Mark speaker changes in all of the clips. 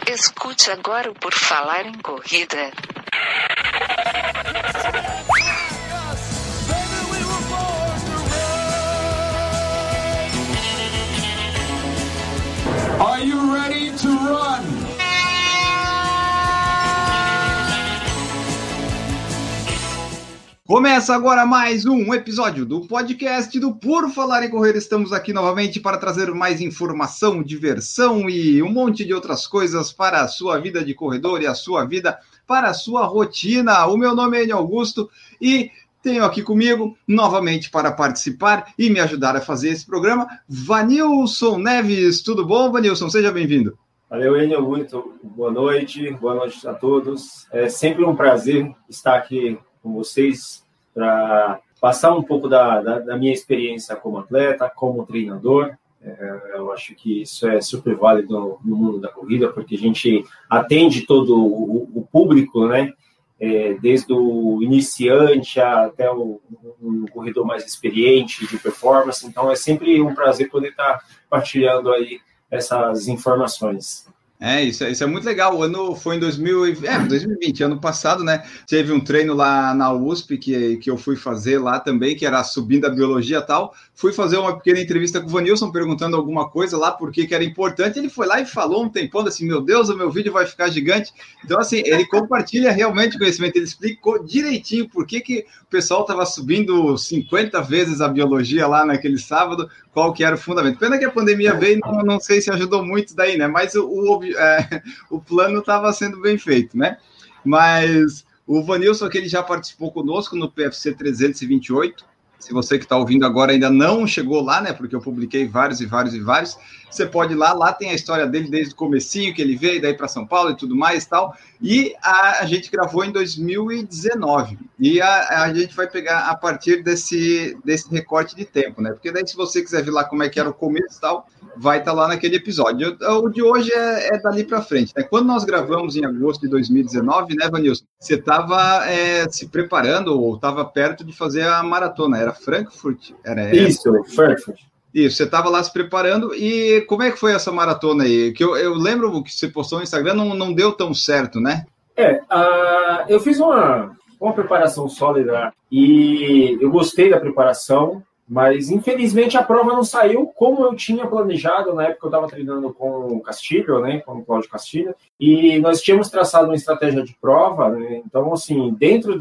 Speaker 1: Escute agora o Por Falar em Corrida.
Speaker 2: Are you ready to run? Começa agora mais um episódio do podcast do Por Falar em Correr. Estamos aqui novamente para trazer mais informação, diversão e um monte de outras coisas para a sua vida de corredor e a sua vida para a sua rotina. O meu nome é Enio Augusto e tenho aqui comigo, novamente para participar e me ajudar a fazer esse programa, Vanilson Neves. Tudo bom, Vanilson? Seja bem-vindo.
Speaker 3: Valeu, Enio. Muito boa noite a todos. É sempre um prazer estar aqui com vocês para passar um pouco da minha experiência como atleta, como treinador. Eu acho que isso é super válido no mundo da corrida, porque a gente atende todo o público, né? Desde o iniciante até um corredor mais experiente de performance. Então, é sempre um prazer poder estar partilhando aí essas informações.
Speaker 2: Isso é muito legal. O ano foi em 2020, ano passado, né? Teve um treino lá na USP que eu fui fazer lá também, que era subindo a biologia e tal. Fui fazer uma pequena entrevista com o Vanilson, perguntando alguma coisa lá, por que era importante. Ele foi lá e falou um tempão, assim, meu Deus, o meu vídeo vai ficar gigante. Então, assim, ele compartilha realmente conhecimento. Ele explicou direitinho por que o pessoal estava subindo 50 vezes a biologia lá naquele sábado, qual que era o fundamento. Pena que a pandemia veio e não sei se ajudou muito daí, né? Mas o plano estava sendo bem feito, né? Mas o Vanilson aqui, ele já participou conosco no PFC 328. Se você que está ouvindo agora ainda não chegou lá, né? Porque eu publiquei vários, você pode ir lá tem a história dele desde o comecinho, que ele veio daí para São Paulo e tudo mais e tal. E a gente gravou em 2019. E a gente vai pegar a partir desse recorte de tempo, né? Porque daí, se você quiser ver lá como é que era o começo e tal, vai estar lá naquele episódio. O de hoje é dali para frente, né? Quando nós gravamos em agosto de 2019, né, Vanilson? Você estava se preparando ou estava perto de fazer a maratona, era Frankfurt?
Speaker 3: Isso, Frankfurt.
Speaker 2: Isso, você estava lá se preparando, e como é que foi essa maratona aí? Que eu lembro que você postou no Instagram, não deu tão certo, né?
Speaker 3: Eu fiz uma preparação sólida e eu gostei da preparação, mas infelizmente a prova não saiu como eu tinha planejado. Na época eu estava treinando com o Castilho, né, com o Cláudio Castilho, e nós tínhamos traçado uma estratégia de prova, né? Então, assim, dentro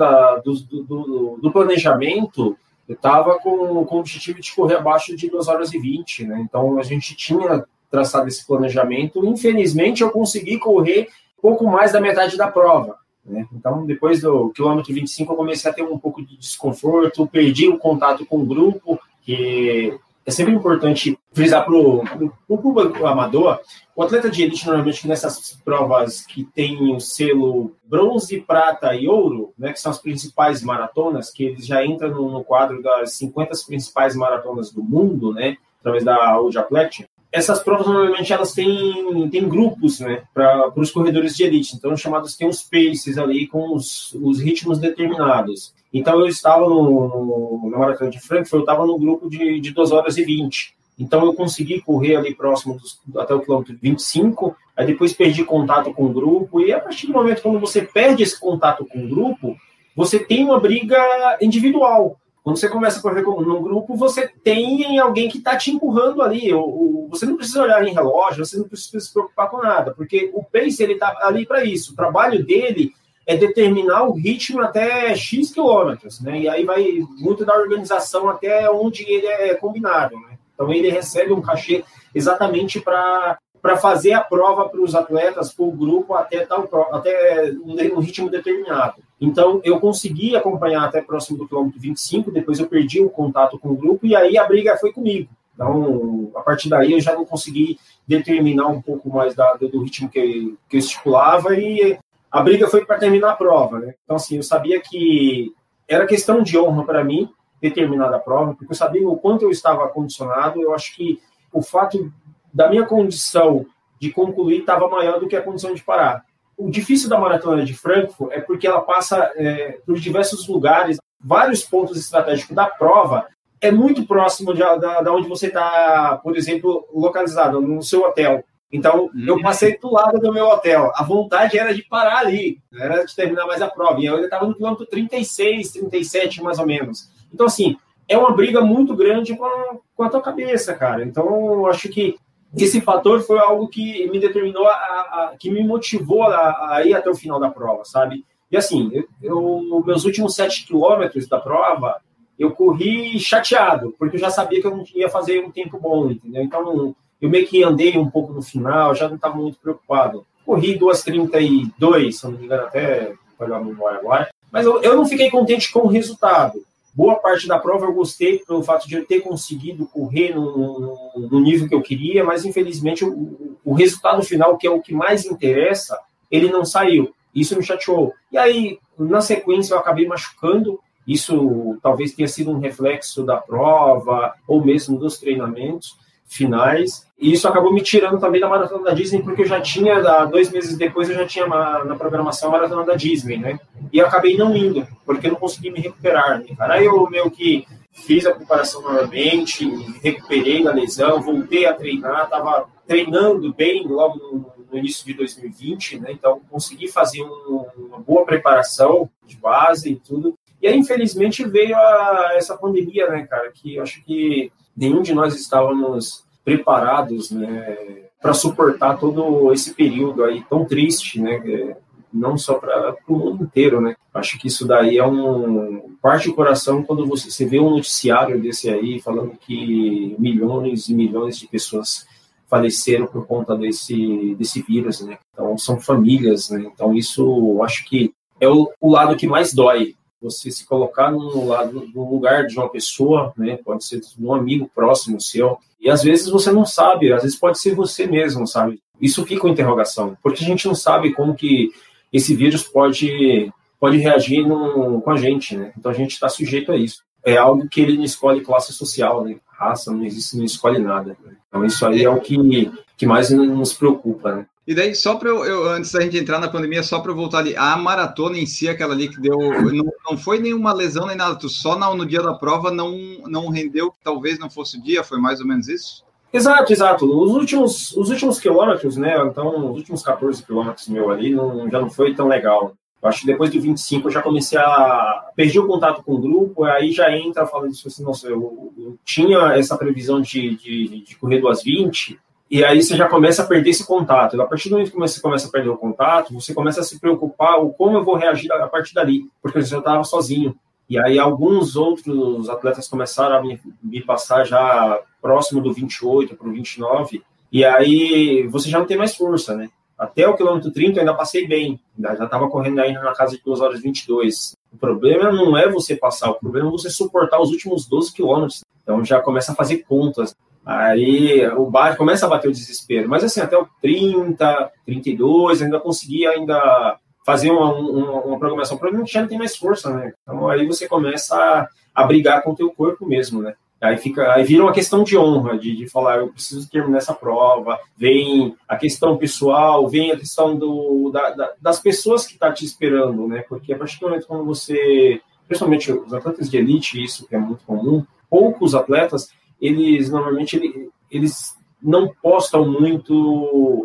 Speaker 3: do planejamento, eu estava com o objetivo de correr abaixo de 2 horas e 20, né? Então, a gente tinha traçado esse planejamento. Infelizmente, eu consegui correr pouco mais da metade da prova, né? Então, depois do quilômetro 25, eu comecei a ter um pouco de desconforto, perdi o contato com o grupo, que é sempre importante frisar para o público amador. O atleta de elite, normalmente, nessas provas que tem o selo bronze, prata e ouro, né, que são as principais maratonas, que eles já entram no quadro das 50 principais maratonas do mundo, né, através da World Athletics. Essas provas, normalmente, elas têm grupos, né, para os corredores de elite. Então, tem uns paces ali com os ritmos determinados. Então, eu estava na Maratona de Frankfurt, eu estava no grupo de 2 horas e 20. Então, eu consegui correr ali próximo até o quilômetro 25, aí depois perdi contato com o grupo, e a partir do momento quando você perde esse contato com o grupo, você tem uma briga individual. Quando você começa a correr num grupo, você tem alguém que está te empurrando ali. Você não precisa olhar em relógio, você não precisa se preocupar com nada, porque o pace está ali para isso. O trabalho dele é determinar o ritmo até X quilômetros, né? E aí vai muito da organização até onde ele é combinado, né? Então, ele recebe um cachê exatamente para fazer a prova para os atletas, para o grupo, até um ritmo determinado. Então, eu consegui acompanhar até próximo do quilômetro 25, depois eu perdi o contato com o grupo, e aí a briga foi comigo. Então, a partir daí, eu já não consegui determinar um pouco mais do ritmo que eu estipulava, e a briga foi para terminar a prova, né? Então, assim, eu sabia que era questão de honra para mim determinada a prova, porque eu sabia o quanto eu estava condicionado. Eu acho que o fato da minha condição de concluir estava maior do que a condição de parar. O difícil da maratona de Frankfurt é porque ela passa por diversos lugares, vários pontos estratégicos da prova é muito próximo de onde você está, por exemplo, localizado no seu hotel. Então, eu passei do lado do meu hotel. A vontade era de parar ali, não era de terminar mais a prova. E eu ainda estava no quilômetro 36, 37, mais ou menos. Então, assim, é uma briga muito grande com a tua cabeça, cara. Então, eu acho que esse fator foi algo que me determinou, que me motivou a ir até o final da prova, sabe? E assim, meus últimos 7 quilômetros da prova, eu corri chateado, porque eu já sabia que eu não ia fazer um tempo bom, entendeu? Então, eu meio que andei um pouco no final, já não estava muito preocupado. Corri 2:32, se eu não me engano, até olhar a memória agora. Mas eu não fiquei contente com o resultado. Boa parte da prova eu gostei pelo fato de eu ter conseguido correr no nível que eu queria, mas infelizmente o resultado final, que é o que mais interessa, ele não saiu. Isso me chateou. E aí, na sequência, eu acabei machucando. Isso talvez tenha sido um reflexo da prova ou mesmo dos treinamentos finais. E isso acabou me tirando também da Maratona da Disney, porque eu já tinha, 2 meses depois, eu já tinha na programação a Maratona da Disney, né? E eu acabei não indo, porque eu não consegui me recuperar, né, cara? Aí eu meio que fiz a preparação novamente, recuperei da lesão, voltei a treinar, estava treinando bem logo no início de 2020, né? Então consegui fazer uma boa preparação de base e tudo. E aí, infelizmente, veio essa pandemia, né, cara? Que eu acho que nenhum de nós estávamos preparados, né, para suportar todo esse período aí tão triste, né? Não só para o mundo inteiro, né? Acho que isso daí parte do coração quando você vê um noticiário desse aí falando que milhões e milhões de pessoas faleceram por conta desse vírus, né? Então, são famílias, né? Então, isso acho que é o lado que mais dói. Você se colocar no lugar de uma pessoa, né? Pode ser de um amigo próximo seu, e às vezes você não sabe, às vezes pode ser você mesmo, sabe? Isso fica uma interrogação, porque a gente não sabe como que esse vírus pode reagir com a gente, né? Então a gente está sujeito a isso. É algo que ele não escolhe classe social, né? Raça, não existe, não escolhe nada. Né? Então isso aí é o que mais nos preocupa, né?
Speaker 2: E daí, só para antes da gente entrar na pandemia, só para eu voltar ali, a maratona em si, aquela ali que deu, não foi nenhuma lesão nem nada, tu só no dia da prova não rendeu, que talvez não fosse o dia, foi mais ou menos isso?
Speaker 3: Exato. Os últimos quilômetros, né, então, os últimos 14 quilômetros meu ali, já não foi tão legal. Eu acho que depois do 25 eu já comecei perdi o contato com o grupo, aí já entra falando isso assim, nossa, eu tinha essa previsão de correr 2:20, e aí você já começa a perder esse contato. E a partir do momento que você começa a perder o contato, você começa a se preocupar como eu vou reagir a partir dali, porque eu já estava sozinho. E aí alguns outros atletas começaram a me passar já próximo do 28 para o 29, e aí você já não tem mais força, né? Até o quilômetro 30 eu ainda passei bem, já estava correndo ainda na casa de 2:22. O problema não é você passar, o problema é você suportar os últimos 12 quilômetros. Então já começa a fazer contas. Aí começa a bater o desespero. Mas assim, até o 30, 32, ainda conseguia fazer uma programação. O problema é que já não tem mais força, né? Então aí você começa a brigar com o teu corpo mesmo, né? Aí vira uma questão de honra, de falar, eu preciso terminar essa prova. Vem a questão pessoal, vem a questão das pessoas que estão te esperando, né? Porque a partir do momento quando você, principalmente os atletas de elite, isso que é muito comum, poucos atletas, eles normalmente eles não postam muito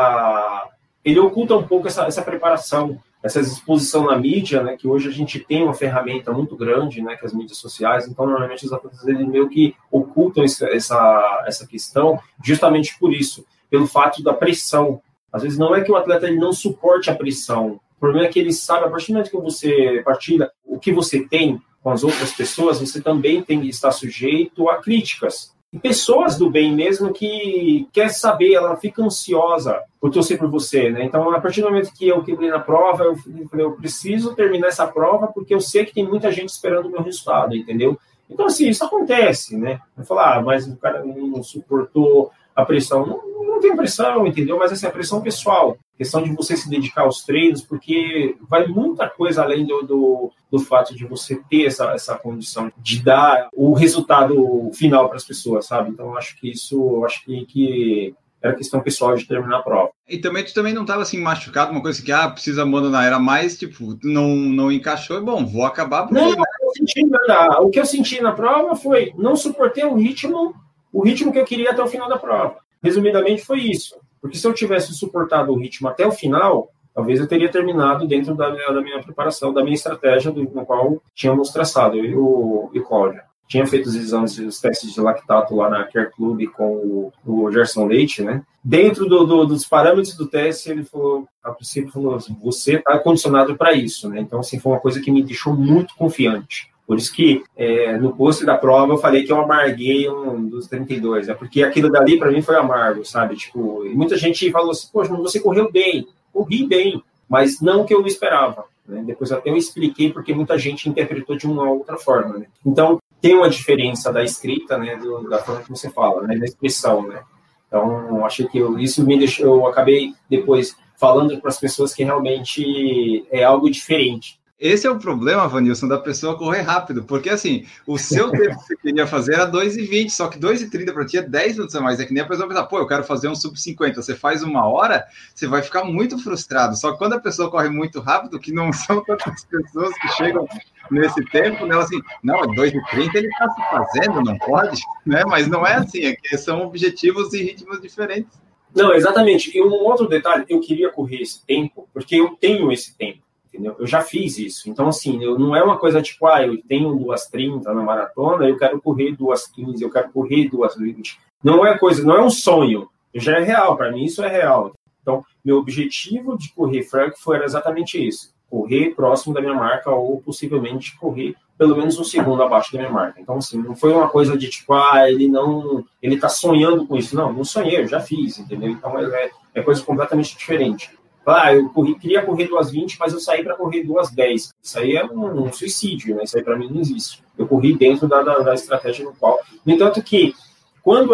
Speaker 3: ele oculta um pouco essa preparação, essa exposição na mídia, né, que hoje a gente tem uma ferramenta muito grande, né, que é as mídias sociais. Então normalmente os atletas eles meio que ocultam essa questão justamente por isso, pelo fato da pressão. Às vezes não é que o atleta ele não suporte a pressão, o problema é que ele sabe, a partir do momento que você partilha o que você tem com as outras pessoas, você também tem que estar sujeito a críticas. E pessoas do bem mesmo que quer saber, ela fica ansiosa por torcer por você, né? Então, a partir do momento que eu quebrei na prova, eu falei, eu preciso terminar essa prova porque eu sei que tem muita gente esperando o meu resultado, entendeu? Então, assim, isso acontece, né? Eu falo, mas o cara não suportou a pressão. Não tem pressão, entendeu? Mas, assim, a pressão pessoal, questão de você se dedicar aos treinos, porque vai muita coisa além do fato de você ter essa condição de dar o resultado final para as pessoas, sabe? Então, acho que era questão pessoal de terminar a prova.
Speaker 2: E também tu também não estava assim machucado, uma coisa que precisa abandonar, era mais tipo, não encaixou, bom, vou acabar porque...
Speaker 3: Não, o que eu senti na prova foi, não suportei o ritmo que eu queria até o final da prova. Resumidamente foi isso. Porque se eu tivesse suportado o ritmo até o final, talvez eu teria terminado dentro da minha preparação, da minha estratégia, no qual tínhamos traçado, eu e o Cláudio. Tinha feito os exames, os testes de lactato lá na Care Club com o Gerson Leite, né? Dentro dos parâmetros do teste, ele falou, a princípio, falou assim, você está condicionado para isso, né? Então, assim, foi uma coisa que me deixou muito confiante. Por isso que, no post da prova, eu falei que eu amarguei um dos 32, né? Porque aquilo dali, para mim, foi amargo, sabe? Tipo, e muita gente falou assim, poxa, mas você correu bem. Corri bem, mas não o que eu esperava, né? Depois até eu expliquei porque muita gente interpretou de uma outra forma, né? Então, tem uma diferença da escrita, né, da forma que você fala, né, da expressão, né. Então, achei que isso me deixou, eu acabei depois falando para as pessoas que realmente é algo diferente.
Speaker 2: Esse é o problema, Vanilson, da pessoa correr rápido, porque assim, o seu tempo que você queria fazer era 2:20, só que 2:30 para ti é 10 minutos a mais. É que nem a pessoa pensar, pô, eu quero fazer um sub-50, você faz 1 hora, você vai ficar muito frustrado. Só que quando a pessoa corre muito rápido, que não são tantas pessoas que chegam nesse tempo, né, ela assim, não, 2:30 ele está se fazendo, não pode, né? Mas não é assim, é que são objetivos e ritmos diferentes.
Speaker 3: Não, exatamente. E um outro detalhe, eu queria correr esse tempo, porque eu tenho esse tempo. Entendeu? Eu já fiz isso. Então, assim, não é uma coisa tipo, eu tenho 2:30 na maratona, eu quero correr 2:15, eu quero correr 2:20. Não é um sonho. Já é real. Para mim, isso é real. Então, meu objetivo de correr Frankfurt era exatamente isso. Correr próximo da minha marca ou, possivelmente, correr pelo menos um segundo abaixo da minha marca. Então, assim, não foi uma coisa de tipo, ele tá sonhando com isso. Não sonhei, eu já fiz, entendeu? Então, é coisa completamente diferente. Eu queria correr 2:20, mas eu saí para correr 2:10. Isso aí é um suicídio, né? Isso aí para mim não existe. Eu corri dentro da estratégia no qual... No entanto que, quando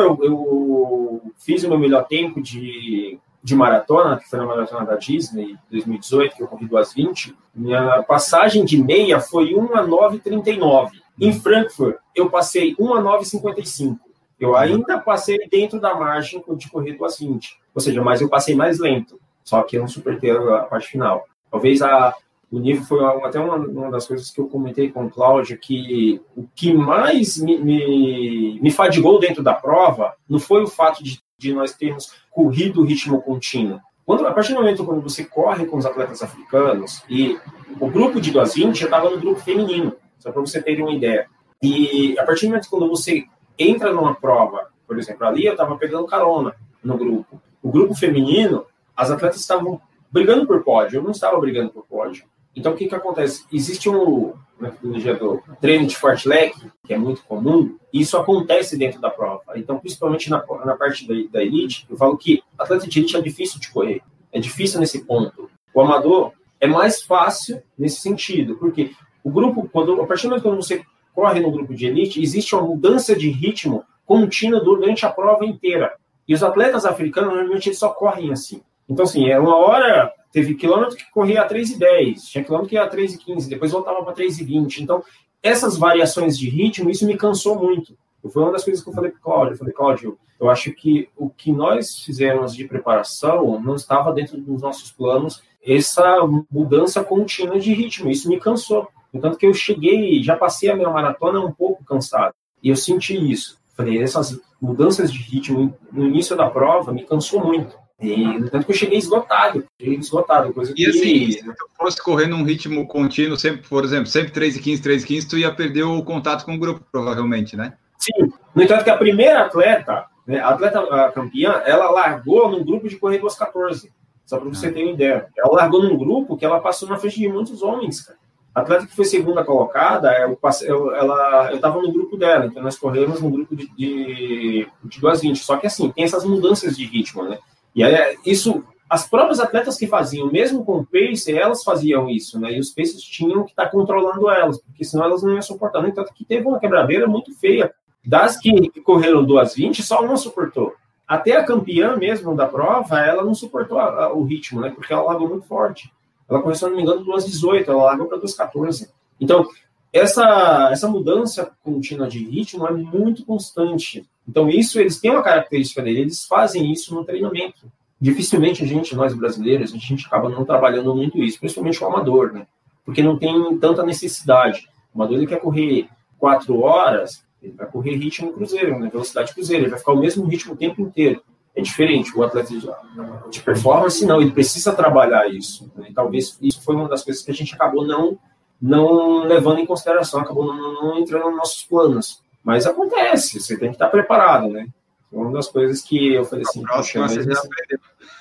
Speaker 3: eu fiz o meu melhor tempo de maratona, que foi na maratona da Disney, 2018, que eu corri 2:20, minha passagem de meia foi 1:09:39. Em Frankfurt, eu passei 1:09:55. Eu ainda passei dentro da margem de correr 2:20. Ou seja, mas eu passei mais lento. Só que eu não suportei a parte final. Talvez o nível foi até uma das coisas que eu comentei com o Cláudio, que o que mais me fadigou dentro da prova não foi o fato de nós termos corrido o ritmo contínuo. A partir do momento quando você corre com os atletas africanos, e o grupo de 2:20 já estava no grupo feminino, só para você ter uma ideia. E a partir do momento quando você entra numa prova, por exemplo, ali eu estava pegando carona no grupo. O grupo feminino, as atletas estavam brigando por pódio, eu não estava brigando por pódio. Então, o que acontece? Existe na metodologia do treino de fartlek, que é muito comum, e isso acontece dentro da prova. Então, principalmente na parte da elite, eu falo que atleta de elite é difícil de correr, é difícil nesse ponto. O amador é mais fácil nesse sentido, porque o grupo, a partir do momento que você corre no grupo de elite, existe uma mudança de ritmo contínua durante a prova inteira. E os atletas africanos, normalmente, eles só correm assim. Então, assim, uma hora teve quilômetro que corria a 3:10, tinha quilômetro que ia a 3:15, depois voltava para 3:20. Então, essas variações de ritmo, isso me cansou muito. Foi uma das coisas que eu falei para o Cláudio. Eu falei, Cláudio, eu acho que o que nós fizemos de preparação não estava dentro dos nossos planos, essa mudança contínua de ritmo. Isso me cansou. Tanto que eu já passei a minha maratona um pouco cansado. E eu senti isso. Falei, essas mudanças de ritmo no início da prova me cansou muito. E tanto que eu cheguei esgotado. Coisa
Speaker 2: e assim, se tu fosse correr num ritmo contínuo, sempre, por exemplo, sempre 3:15, tu ia perder o contato com o grupo, provavelmente, né?
Speaker 3: Sim. No entanto que a primeira atleta, né, a campeã, ela largou num grupo de correr 2:14. Só para você ter uma ideia. Ela largou num grupo que ela passou na frente de muitos homens, cara. A atleta que foi segunda colocada, eu estava no grupo dela, então nós corremos no grupo de 2:20. Só que assim, tem essas mudanças de ritmo, né? E aí, as próprias atletas que faziam, mesmo com o pace, elas faziam isso, né? E os pacers tinham que estar controlando elas, porque senão elas não iam suportar. No entanto, que teve uma quebradeira muito feia. Das que correram 2:20, só uma suportou. Até a campeã mesmo da prova, ela não suportou o ritmo, né? Porque ela largou muito forte. Ela começou, não me engano, 2:18, ela largou para 2:14. Então, essa mudança contínua de ritmo é muito constante. Então, eles têm uma característica dele, eles fazem isso no treinamento. Dificilmente nós brasileiros, a gente acaba não trabalhando muito isso, principalmente o amador, né? Porque não tem tanta necessidade. O amador, ele quer correr 4 horas, ele vai correr ritmo cruzeiro, né? Velocidade cruzeiro, ele vai ficar o mesmo ritmo o tempo inteiro. é diferente. O atleta de performance, não, ele precisa trabalhar isso. Né? Talvez isso foi uma das coisas que a gente acabou não levando em consideração, acabou não entrando nos nossos planos. Mas acontece, você tem que estar preparado, né? Uma das coisas que eu falei assim...
Speaker 2: Próxima, você já aprendeu.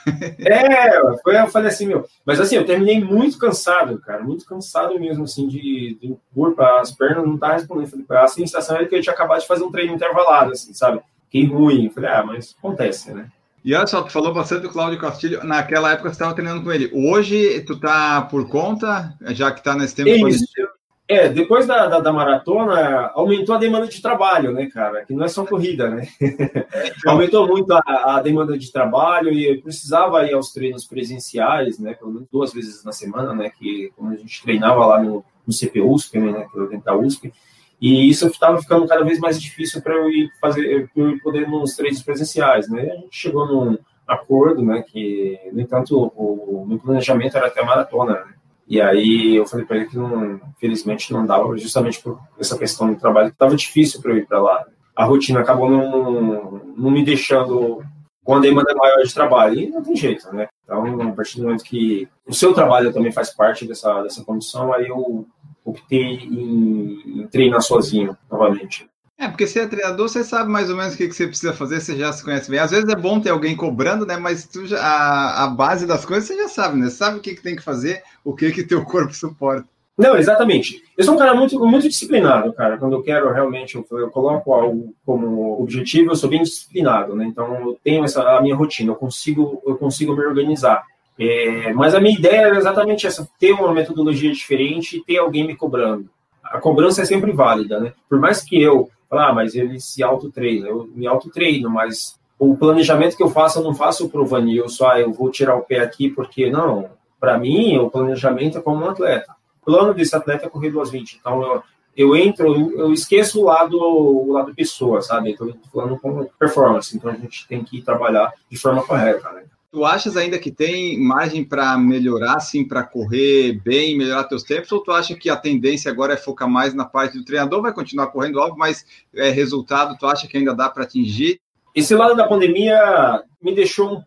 Speaker 3: Eu falei assim, mas assim, eu terminei muito cansado, cara, muito cansado mesmo, assim, de corpo, as pernas não estavam respondendo. Falei, a sensação é que eu tinha acabado de fazer um treino intervalado, assim, sabe? Fiquei ruim. Falei, mas acontece, né?
Speaker 2: E olha só, tu falou bastante do Cláudio Castilho, naquela época você estava treinando com ele. Hoje tu tá por conta, já que tá nesse tempo positivo?
Speaker 3: Depois da maratona, aumentou a demanda de trabalho, né, cara? Que não é só corrida, né? Aumentou muito a demanda de trabalho e eu precisava ir aos treinos presenciais, né? Pelo menos 2 vezes na semana, né? Que quando a gente treinava lá no CPUSP, né? Dentro da USP. E isso estava ficando cada vez mais difícil para eu ir poder nos treinos presenciais, né? A gente chegou num acordo, né? Que, no entanto, o meu planejamento era até maratona, né? E aí eu falei para ele que, infelizmente, não dava, justamente por essa questão do trabalho, que estava difícil para eu ir para lá. A rotina acabou não me deixando com a demanda maior de trabalho. E não tem jeito, né? Então, a partir do momento que o seu trabalho também faz parte dessa condição, aí eu optei em treinar sozinho, novamente.
Speaker 2: Porque se é treinador, você sabe mais ou menos o que você precisa fazer, você já se conhece bem. Às vezes é bom ter alguém cobrando, né? Mas a base das coisas você já sabe, né? Você sabe o que tem que fazer, o que teu corpo suporta.
Speaker 3: Não, exatamente. Eu sou um cara muito, muito disciplinado, cara. Quando eu quero realmente, eu coloco algo como objetivo, eu sou bem disciplinado, né? Então, eu tenho a minha rotina, eu consigo me organizar. Mas a minha ideia era exatamente essa, ter uma metodologia diferente e ter alguém me cobrando. A cobrança é sempre válida, né? Por mais que eu mas ele se autotreina, eu me autotreino, mas o planejamento que eu faço, eu não faço para o Vanilson, eu vou tirar o pé aqui, porque não, para mim, o planejamento é como um atleta. O plano desse atleta é correr 2:20, então eu esqueço o lado pessoa, sabe? Estou falando com performance, então a gente tem que trabalhar de forma correta, né?
Speaker 2: Tu achas ainda que tem margem para melhorar, assim, para correr bem, melhorar teus tempos, ou tu acha que a tendência agora é focar mais na parte do treinador, vai continuar correndo, óbvio, mas resultado tu acha que ainda dá para atingir?
Speaker 3: Esse lado da pandemia me deixou um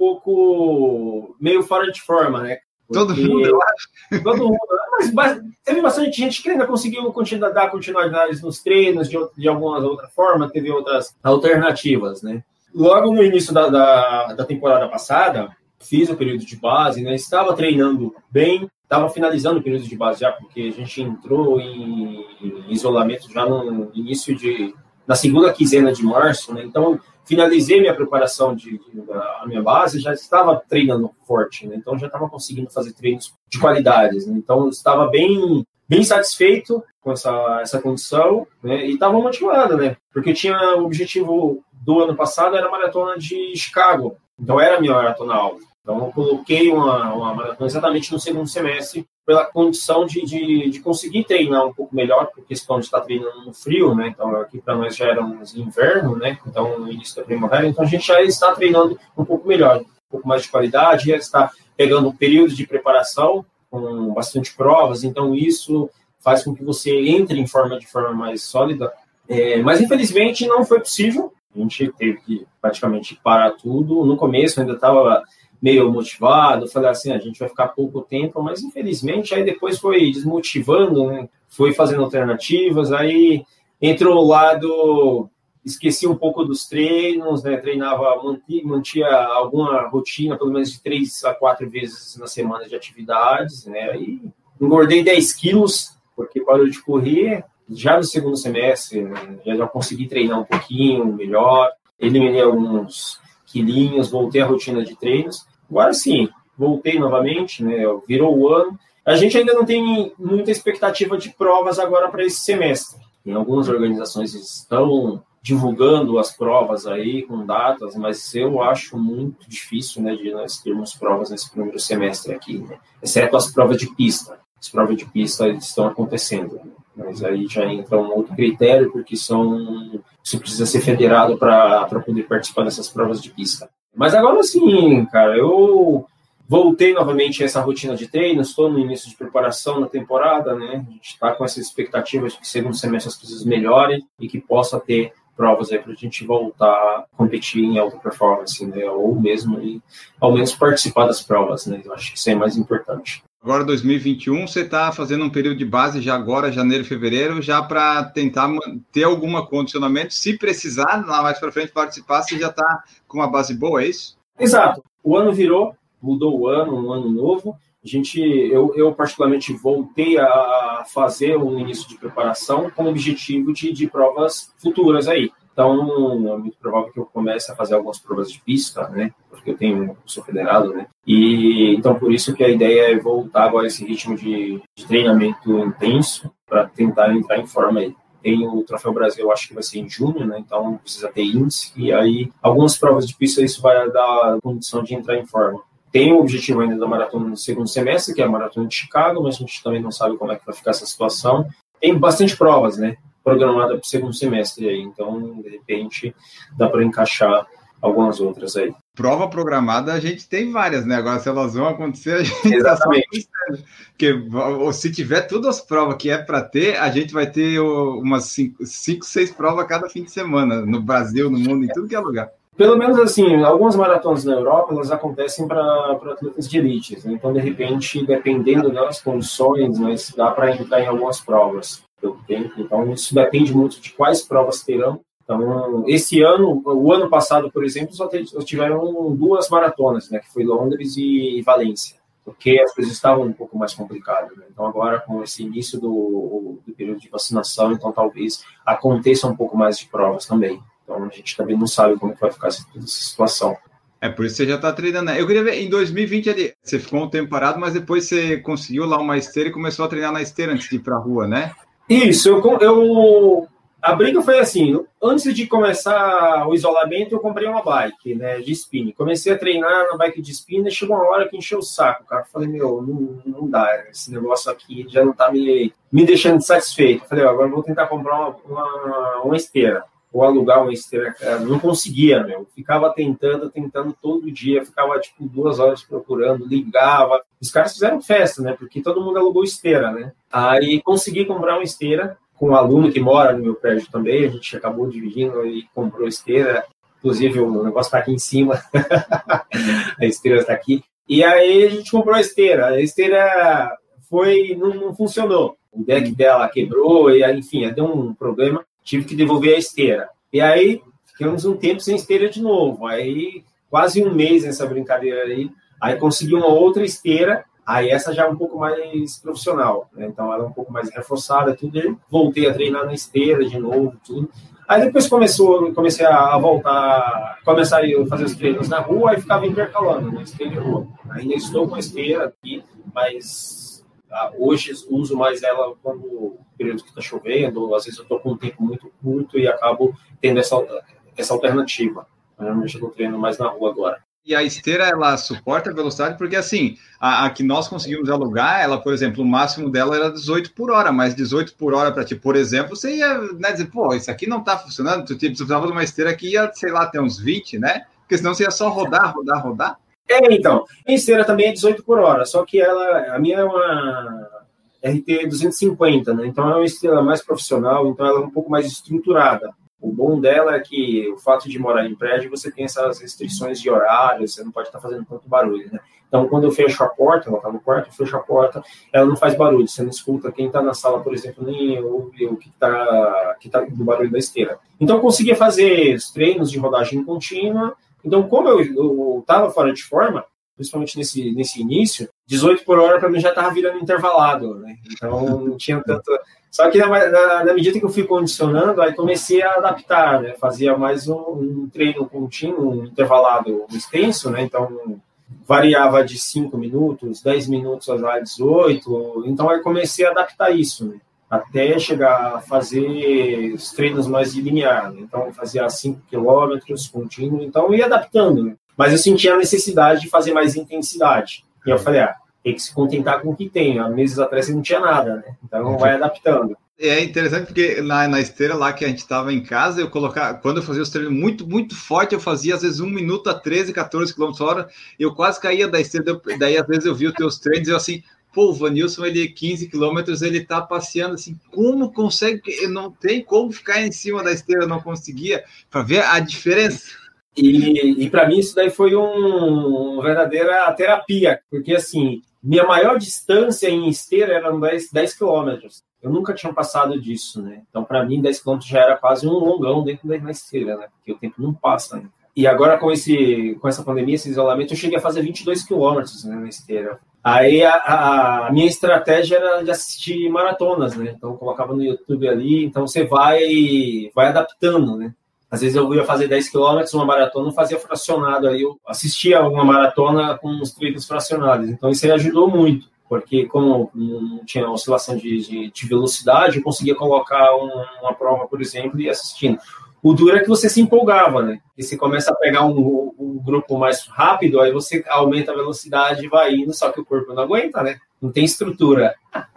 Speaker 3: pouco meio fora de forma, né?
Speaker 2: Porque... Todo mundo, eu acho.
Speaker 3: Todo mundo, mas teve bastante gente que ainda conseguiu dar continuidade nos treinos, de alguma outra forma, teve outras alternativas, né? Logo no início da temporada passada, fiz o período de base, né? Estava treinando bem, estava finalizando o período de base já, porque a gente entrou em isolamento já no início na segunda quinzena de março, né? Então, finalizei minha preparação a minha base, já estava treinando forte, né? Então, já estava conseguindo fazer treinos de qualidades, né? Então, estava bem satisfeito com essa condição, né? E estava motivado, né? Porque eu tinha o objetivo do ano passado, era a maratona de Chicago. Então, era a minha maratona alvo. Então, eu coloquei uma maratona exatamente no segundo semestre pela condição de conseguir treinar um pouco melhor, porque esse plano está treinando no frio, né? Então, aqui para nós já era um inverno, né? Então, no início da primavera. Então, a gente já está treinando um pouco melhor, um pouco mais de qualidade, já está pegando um período de preparação com bastante provas. Então, isso faz com que você entre de forma mais sólida. Mas, infelizmente, não foi possível. A gente teve que praticamente parar tudo. No começo, eu ainda estava meio motivado, falei assim, a gente vai ficar pouco tempo, mas infelizmente aí depois foi desmotivando, né? Foi fazendo alternativas, aí entrou o lado, esqueci um pouco dos treinos, né? Treinava, mantia alguma rotina, pelo menos de 3 a 4 vezes na semana de atividades, né? Aí engordei 10 quilos, porque parou de correr. Já no segundo semestre, né? Já consegui treinar um pouquinho melhor, eliminei alguns quilinhos, voltei à rotina de treinos. Agora sim, voltei novamente, né? Virou o ano. A gente ainda não tem muita expectativa de provas agora para esse semestre. Tem algumas organizações que estão divulgando as provas aí com datas, mas eu acho muito difícil, né, de nós termos provas nesse primeiro semestre aqui, né? Exceto as provas de pista. As provas de pista estão acontecendo, né? Mas aí já entra um outro critério, porque você precisa ser federado para poder participar dessas provas de pista. Mas agora sim, cara, eu voltei novamente a essa rotina de treino, estou no início de preparação na temporada, né? A gente está com essa expectativa de que segundo semestre as coisas melhorem e que possa ter provas aí para a gente voltar a competir em alta performance, né? Ou mesmo, ao menos participar das provas, né? Eu acho que isso é mais importante.
Speaker 2: Agora, 2021, você está fazendo um período de base já agora, janeiro, fevereiro, já para tentar ter algum condicionamento. Se precisar, lá mais para frente, participar, você já está com uma base boa, é isso?
Speaker 3: Exato. O ano virou, mudou o ano, um ano novo. Eu particularmente voltei a fazer um início de preparação com o objetivo de provas futuras aí. Então, é muito provável que eu comece a fazer algumas provas de pista, né? Porque eu sou federado, né? E então, por isso que a ideia é voltar agora a esse ritmo de treinamento intenso para tentar entrar em forma aí. Tem o Troféu Brasil, eu acho que vai ser em junho, né? Então, precisa ter índice. E aí, algumas provas de pista, isso vai dar a condição de entrar em forma. Tem o objetivo ainda da maratona no segundo semestre, que é a maratona de Chicago, mas a gente também não sabe como é que vai ficar essa situação. Tem bastante provas, né? Programada para o segundo semestre aí, então, de repente, dá para encaixar algumas outras aí.
Speaker 2: Prova programada a gente tem várias, né? Agora, se elas vão acontecer, a gente
Speaker 3: exatamente.
Speaker 2: Porque se tiver todas as provas que é para ter, a gente vai ter umas 5, 6 provas a cada fim de semana, no Brasil, no mundo, em tudo que é lugar.
Speaker 3: Pelo menos assim, algumas maratonas na Europa, elas acontecem para atletas de elite, né? Então, de repente, dependendo das condições, mas dá para entrar em algumas provas. Então, isso depende muito de quais provas terão. Então, esse ano, o ano passado, por exemplo, só tiveram 2 maratonas, né, que foi Londres e Valência, porque as coisas estavam um pouco mais complicadas, né? Então, agora, com esse início do período de vacinação, então talvez aconteça um pouco mais de provas também. Então, a gente também não sabe como vai ficar essa situação.
Speaker 2: É por isso que você já está treinando, né? Eu queria ver, em 2020 ali, você ficou um tempo parado, mas depois você conseguiu lá uma esteira e começou a treinar na esteira antes de ir para a rua, né?
Speaker 3: Isso, a briga foi assim, antes de começar o isolamento, eu comprei uma bike, né, de spinning. Comecei a treinar na bike de spinning, chegou uma hora que encheu o saco, cara. Falei, não dá, esse negócio aqui já não tá me deixando satisfeito. Falei, agora eu vou tentar comprar uma esteira, ou alugar uma esteira. Cara, não conseguia, meu. Ficava tentando todo dia, ficava, 2 horas procurando, ligava. Os caras fizeram festa, né, porque todo mundo alugou esteira, né. Aí consegui comprar uma esteira, com um aluno que mora no meu prédio também, a gente acabou dividindo e comprou esteira, inclusive o negócio está aqui em cima, a esteira está aqui, e aí a gente comprou a esteira não funcionou, o deck dela quebrou, e aí, enfim, deu um problema, tive que devolver a esteira, e aí ficamos um tempo sem esteira de novo, aí quase um mês nessa brincadeira aí consegui uma outra esteira. Aí essa já é um pouco mais profissional, né? Então ela é um pouco mais reforçada, tudo. Eu voltei a treinar na esteira de novo, tudo. Aí depois comecei a voltar, começar a fazer os treinos na rua, aí ficava intercalando, né? Esteira e rua. Ainda estou com a esteira aqui, mas hoje uso mais ela quando o período que está chovendo, às vezes eu estou com um tempo muito curto e acabo tendo essa alternativa. Eu estou treinando mais na rua agora.
Speaker 2: E a esteira, ela suporta a velocidade, porque assim, a que nós conseguimos alugar, ela, por exemplo, o máximo dela era 18 por hora, mas 18 por hora para ti, por exemplo, você ia, né, dizer, pô, isso aqui não tá funcionando, tu precisava de uma esteira que ia, sei lá, ter uns 20, né? Porque senão você ia só rodar.
Speaker 3: Então, a esteira também é 18 por hora, só que a minha é uma RT 250, né? Então é uma esteira mais profissional, então ela é um pouco mais estruturada. O bom dela é que o fato de morar em prédio, você tem essas restrições de horário, você não pode estar fazendo tanto barulho, né? Então, quando eu fecho a porta, ela está no quarto, eu fecho a porta, ela não faz barulho, você não escuta quem está na sala, por exemplo, nem ouve o que está do barulho da esteira. Então, eu conseguia fazer os treinos de rodagem contínua. Então, como eu estava fora de forma, principalmente nesse início, 18 por hora para mim já estava virando intervalado, né? Então, não tinha tanto... Só que na medida que eu fui condicionando, aí comecei a adaptar, né? Fazia mais um treino contínuo, um intervalado extenso, né? Então, variava de 5 minutos, 10 minutos a 18. Então, aí comecei a adaptar isso, né? Até chegar a fazer os treinos mais lineares, né? Então, fazia 5 quilômetros contínuo, então ia adaptando, né? Mas eu sentia a necessidade de fazer mais intensidade. E eu falei, tem que se contentar com o que tem. Há meses atrás não tinha nada, né? Então vai adaptando.
Speaker 2: É interessante porque na esteira lá que a gente estava em casa, quando eu fazia os treinos muito, muito forte, eu fazia às vezes 1 minuto a 13, 14 km/h, eu quase caía da esteira, daí às vezes eu via os teus treinos e eu assim, pô, o Vanilson, ele 15 quilômetros, ele tá passeando assim, como consegue, não tem como ficar em cima da esteira, eu não conseguia, para ver a diferença.
Speaker 3: E para mim isso daí foi uma verdadeira terapia, porque assim, minha maior distância em esteira eram 10 quilômetros. Eu nunca tinha passado disso, né? Então, para mim, 10 quilômetros já era quase um longão dentro da esteira, né? Porque o tempo não passa, né? E agora, com essa pandemia, esse isolamento, eu cheguei a fazer 22 quilômetros, né, na esteira. Aí, a minha estratégia era de assistir maratonas, né? Então, eu colocava no YouTube ali, então você vai adaptando, né? Às vezes eu ia fazer 10 quilômetros, uma maratona, eu fazia fracionado, aí eu assistia uma maratona com os treinos fracionados. Então, isso aí ajudou muito, porque como não tinha oscilação de velocidade, eu conseguia colocar uma prova, por exemplo, e ir assistindo. O duro é que você se empolgava, né? E você começa a pegar um grupo mais rápido, aí você aumenta a velocidade e vai indo, só que o corpo não aguenta, né? Não tem estrutura.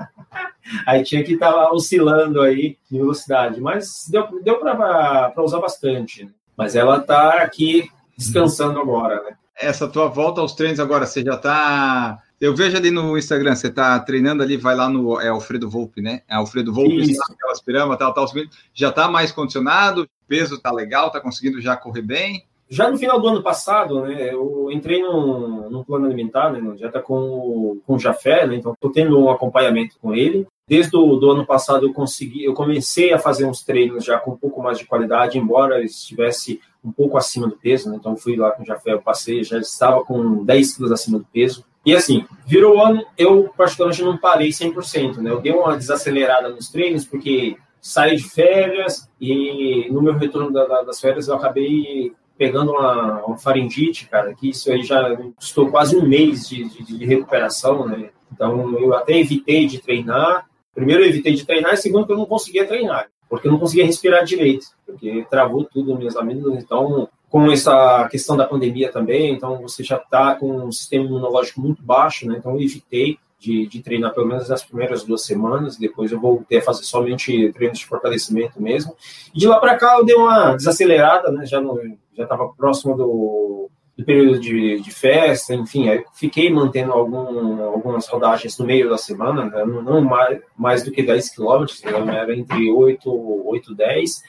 Speaker 3: Aí tinha que estar oscilando aí de velocidade. Mas deu para usar bastante. Né? Mas ela está aqui descansando agora, né?
Speaker 2: Essa tua volta aos treinos agora, você já está... Eu vejo ali no Instagram, você está treinando ali, vai lá no Alfredo Volpi, né? Alfredo Volpi, aquelas piramas, tal, subindo. Já está mais condicionado, o peso está legal, está conseguindo já correr bem?
Speaker 3: Já no final do ano passado, né, eu entrei num plano alimentar, né, já está com o Jafé, né, então estou tendo um acompanhamento com ele. Desde do ano passado eu comecei a fazer uns treinos já com um pouco mais de qualidade, embora eu estivesse um pouco acima do peso, né, então fui lá com o Jafé, eu passei, já estava com 10 quilos acima do peso. E assim, virou o ano, eu particularmente não parei 100%, né, eu dei uma desacelerada nos treinos, porque saí de férias e no meu retorno das férias eu acabei pegando uma faringite, cara, que isso aí já custou quase um mês de recuperação, né? Então, eu até evitei de treinar. Primeiro, eu evitei de treinar, e segundo, que eu não conseguia treinar, porque eu não conseguia respirar direito, porque travou tudo meus amigos. Então, com essa questão da pandemia também, então você já está com um sistema imunológico muito baixo, né? Então, eu evitei de treinar pelo menos nas primeiras 2 semanas, depois eu voltei a fazer somente treinos de fortalecimento mesmo. E de lá para cá eu dei uma desacelerada, né? Já estava próximo do período de festa, enfim, aí fiquei mantendo algumas rodagens no meio da semana, né? Não mais do que 10 quilômetros, né? Era entre 8 e 10.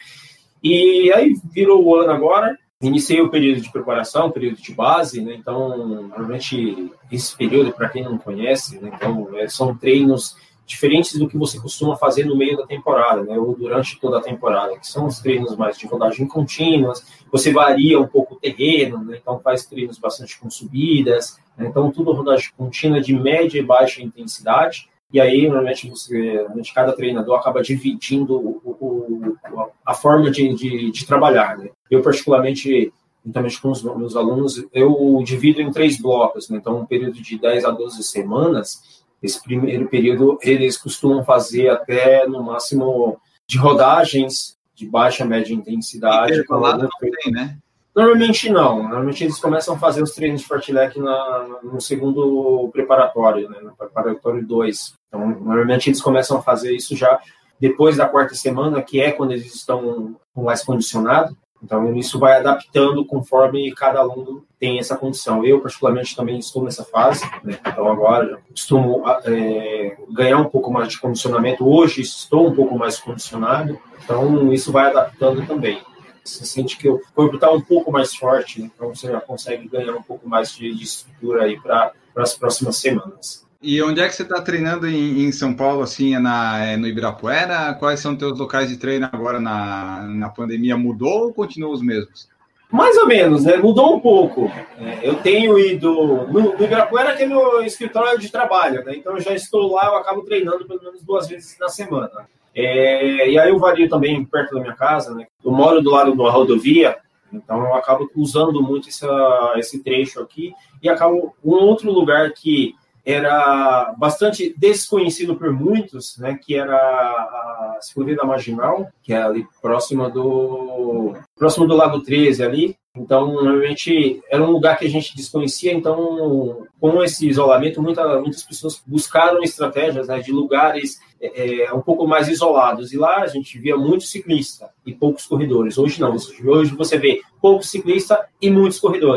Speaker 3: E aí virou o ano agora. Iniciei o período de preparação, o período de base, né? Então, normalmente, esse período, para quem não conhece, né? Então, são treinos diferentes do que você costuma fazer no meio da temporada, né? Ou durante toda a temporada, que são os treinos mais de rodagem contínuas, você varia um pouco o terreno, né? Então faz treinos bastante com subidas, né? Então tudo rodagem contínua de média e baixa intensidade. E aí, normalmente, cada treinador acaba dividindo a forma de trabalhar, né? Eu, particularmente, juntamente com os meus alunos, eu divido em 3 blocos, né? Então, um período de 10 a 12 semanas, esse primeiro período, eles costumam fazer até, no máximo, de rodagens de baixa, média intensidade.
Speaker 2: Intervalado não tem, né?
Speaker 3: Normalmente não. Normalmente eles começam a fazer os treinos de fartlek no segundo preparatório, né, no preparatório 2. Então, normalmente eles começam a fazer isso já depois da 4ª semana, que é quando eles estão mais condicionados. Então, isso vai adaptando conforme cada aluno tem essa condição. Eu, particularmente, também estou nessa fase, né? Então, agora, costumo ganhar um pouco mais de condicionamento. Hoje, estou um pouco mais condicionado. Então, isso vai adaptando também. Você sente que o corpo está um pouco mais forte, né? Então você já consegue ganhar um pouco mais de estrutura aí para as próximas semanas.
Speaker 2: E onde é que você está treinando em São Paulo, assim, no Ibirapuera? Quais são teus locais de treino agora na pandemia? Mudou ou continuam os mesmos?
Speaker 3: Mais ou menos, né? Mudou um pouco. Eu tenho ido... No Ibirapuera, que é meu escritório de trabalho, né? Então eu já estou lá, eu acabo treinando pelo menos 2 vezes na semana. E aí eu vario também perto da minha casa, né? Eu moro do lado de uma rodovia, então eu acabo usando muito esse trecho aqui, e acabo um outro lugar que era bastante desconhecido por muitos, né? Que era a Ciclovia da Marginal, que é ali próximo do Lago 13 ali. Então, normalmente, era um lugar que a gente desconhecia. Então, com esse isolamento, muitas pessoas buscaram estratégias, né, de lugares um pouco mais isolados. E lá a gente via muito ciclista e poucos corredores. Hoje não. Hoje você vê poucos ciclistas e muitos corredores.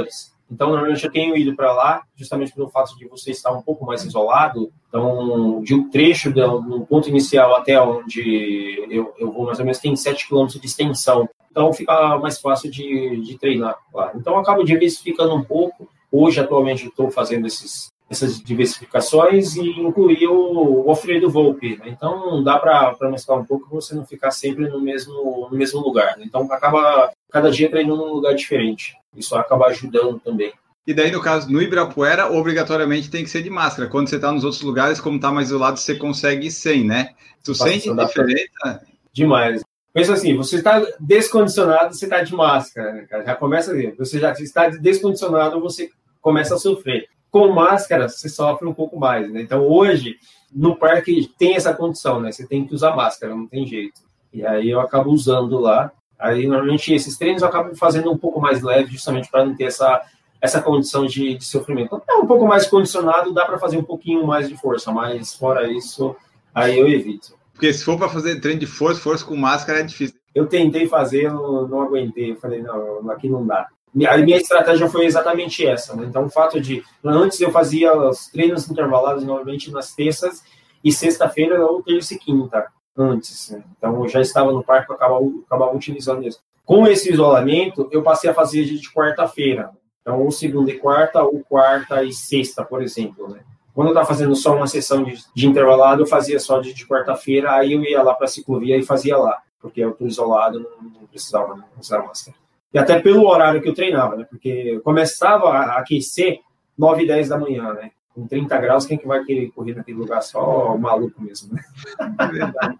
Speaker 3: Então, normalmente eu tenho ido para lá, justamente pelo fato de você estar um pouco mais isolado. Então, de um trecho no ponto inicial até onde eu vou, mais ou menos, tem 7 km de extensão. Então, fica mais fácil de treinar lá. Então, eu acabo diversificando um pouco. Hoje, atualmente, estou fazendo essas diversificações e incluir o Alfredo Volpi, né? Então, dá para mesclar um pouco, você não ficar sempre no mesmo lugar, né? Então, acaba cada dia treinando num lugar diferente. Isso acaba ajudando também.
Speaker 2: E daí, no caso, no Ibirapuera, obrigatoriamente tem que ser de máscara. Quando você está nos outros lugares, como está mais isolado, você consegue ir sem, né? Tu sente diferença?
Speaker 3: Demais. Pensa assim, você está descondicionado, você está de máscara, né, cara? Já começa ali. Você já está descondicionado, você começa a sofrer. Com máscara, você sofre um pouco mais, né? Então, hoje, no parque tem essa condição, né? Você tem que usar máscara, não tem jeito. E aí eu acabo usando lá. Aí, normalmente, esses treinos eu acabo fazendo um pouco mais leve, justamente para não ter essa condição de sofrimento. Quando é um pouco mais condicionado, dá para fazer um pouquinho mais de força, mas fora isso, aí eu evito.
Speaker 2: Porque se for para fazer treino de força com máscara é difícil.
Speaker 3: Eu tentei fazer, não aguentei. Eu falei, não, aqui não dá. A minha estratégia foi exatamente essa, né? Então, o fato de... Antes eu fazia os treinos intervalados, normalmente nas terças e sexta-feira, ou terça e quinta, antes, né? Então, eu já estava no parque, eu acabava utilizando isso. Com esse isolamento, eu passei a fazer de quarta-feira. Então, ou segunda e quarta, ou quarta e sexta, por exemplo, né? Quando eu estava fazendo só uma sessão de intervalado, eu fazia só de quarta-feira, aí eu ia lá para a ciclovia e fazia lá, porque eu estou isolado, não precisava usar máscara. E até pelo horário que eu treinava, né? Porque eu começava a aquecer 9 e 10 da manhã, né? Com 30 graus, quem que vai querer correr naquele lugar? Só o maluco mesmo, né?
Speaker 2: É verdade.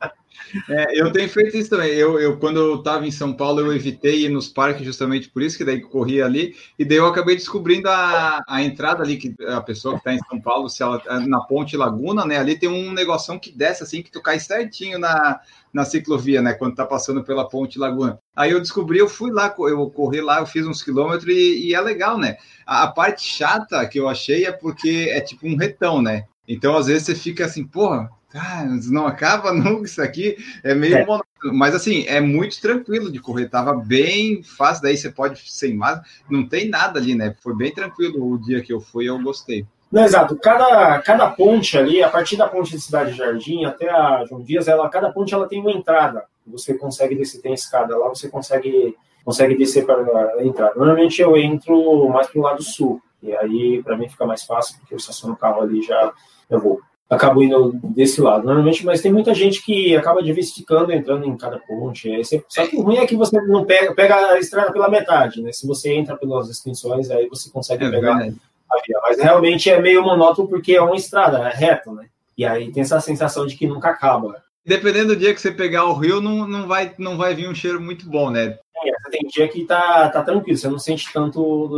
Speaker 2: Eu tenho feito isso também. Eu quando eu estava em São Paulo, eu evitei ir nos parques justamente por isso, que daí corria ali, e daí eu acabei descobrindo a entrada ali, que a pessoa que está em São Paulo, se ela na Ponte Laguna, né? Ali tem um negocinho que desce assim, que tu cai certinho na ciclovia, né? Quando tá passando pela Ponte Laguna. Aí eu descobri, eu fui lá, eu corri lá, eu fiz uns quilômetros e é legal, né? A parte chata que eu achei é porque é tipo um retão, né? Então, às vezes, você fica assim, porra, não acaba nunca isso aqui, é meio monótono. Mas assim, é muito tranquilo de correr, tava bem fácil, daí você pode sem máscara, não tem nada ali, né? Foi bem tranquilo o dia que eu fui, eu gostei.
Speaker 3: Não, exato, cada ponte ali, a partir da ponte de Cidade Jardim até a João Dias, cada ponte ela tem uma entrada, você consegue descer, tem escada lá, você consegue descer para entrar. Normalmente eu entro mais pro lado sul, e aí para mim fica mais fácil, porque eu estaciono o carro ali eu vou. Acabo indo desse lado, normalmente, mas tem muita gente que acaba diversificando, entrando em cada ponte. Só que o ruim é que você não pega a estrada pela metade, né? Se você entra pelas extensões, aí você consegue pegar a via. Mas realmente é meio monótono porque é uma estrada, é reto, né? E aí tem essa sensação de que nunca acaba.
Speaker 2: Dependendo do dia que você pegar o rio, não vai vir um cheiro muito bom, né?
Speaker 3: Tem dia que tá tranquilo, você não sente tanto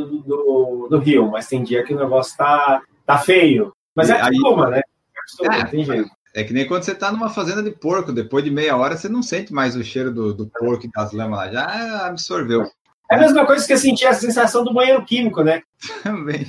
Speaker 3: do rio, mas tem dia que o negócio tá feio. Mas acostuma, né? Tem jeito.
Speaker 2: É que nem quando você tá numa fazenda de porco, depois de meia hora você não sente mais o cheiro do porco e das lamas lá, já absorveu.
Speaker 3: É a mesma coisa que sentir a sensação do banheiro químico, né?
Speaker 2: Também.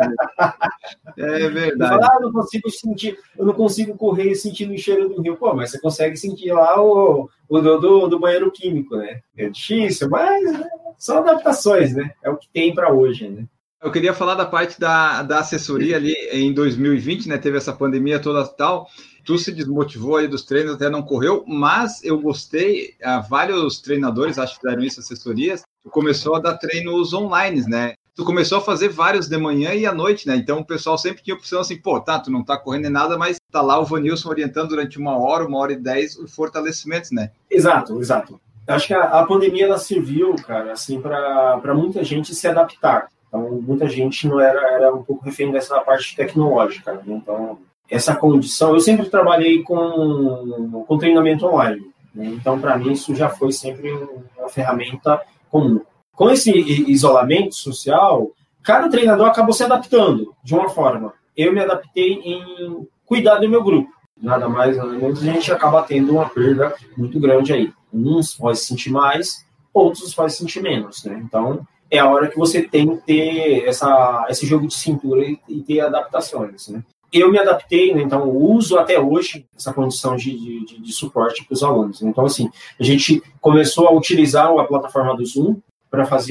Speaker 2: É verdade.
Speaker 3: Falar, eu não consigo correr sentindo o cheiro do rio. Pô, mas você consegue sentir lá o do banheiro químico, né? É difícil, mas são adaptações, né? É o que tem para hoje, né?
Speaker 2: Eu queria falar da parte da assessoria ali em 2020, né? Teve essa pandemia toda tal. Tu se desmotivou aí dos treinos, até não correu, mas eu gostei. Vários treinadores, acho que fizeram isso, assessorias. Tu começou a dar treinos online, né? Tu começou a fazer vários de manhã e à noite, né? Então o pessoal sempre tinha a opção assim, pô, tu não tá correndo em nada, mas tá lá o Vanilson orientando durante 1 hora e 10 os fortalecimentos, né?
Speaker 3: Exato. Acho que a pandemia ela serviu, cara, assim, para muita gente se adaptar. Então, muita gente não era um pouco refém dessa parte tecnológica. Né? Então, essa condição... Eu sempre trabalhei com treinamento online. Né? Então, para mim, isso já foi sempre uma ferramenta comum. Com esse isolamento social, cada treinador acabou se adaptando de uma forma. Eu me adaptei em cuidar do meu grupo. Nada mais, nada menos, a gente acaba tendo uma perda muito grande aí. Uns podem se sentir mais, outros podem se sentir menos. Né? Então... é a hora que você tem que ter esse jogo de cintura e ter adaptações, né? Eu me adaptei, né? Então uso até hoje essa condição de suporte para os alunos. Então, assim, a gente começou a utilizar a plataforma do Zoom para fazer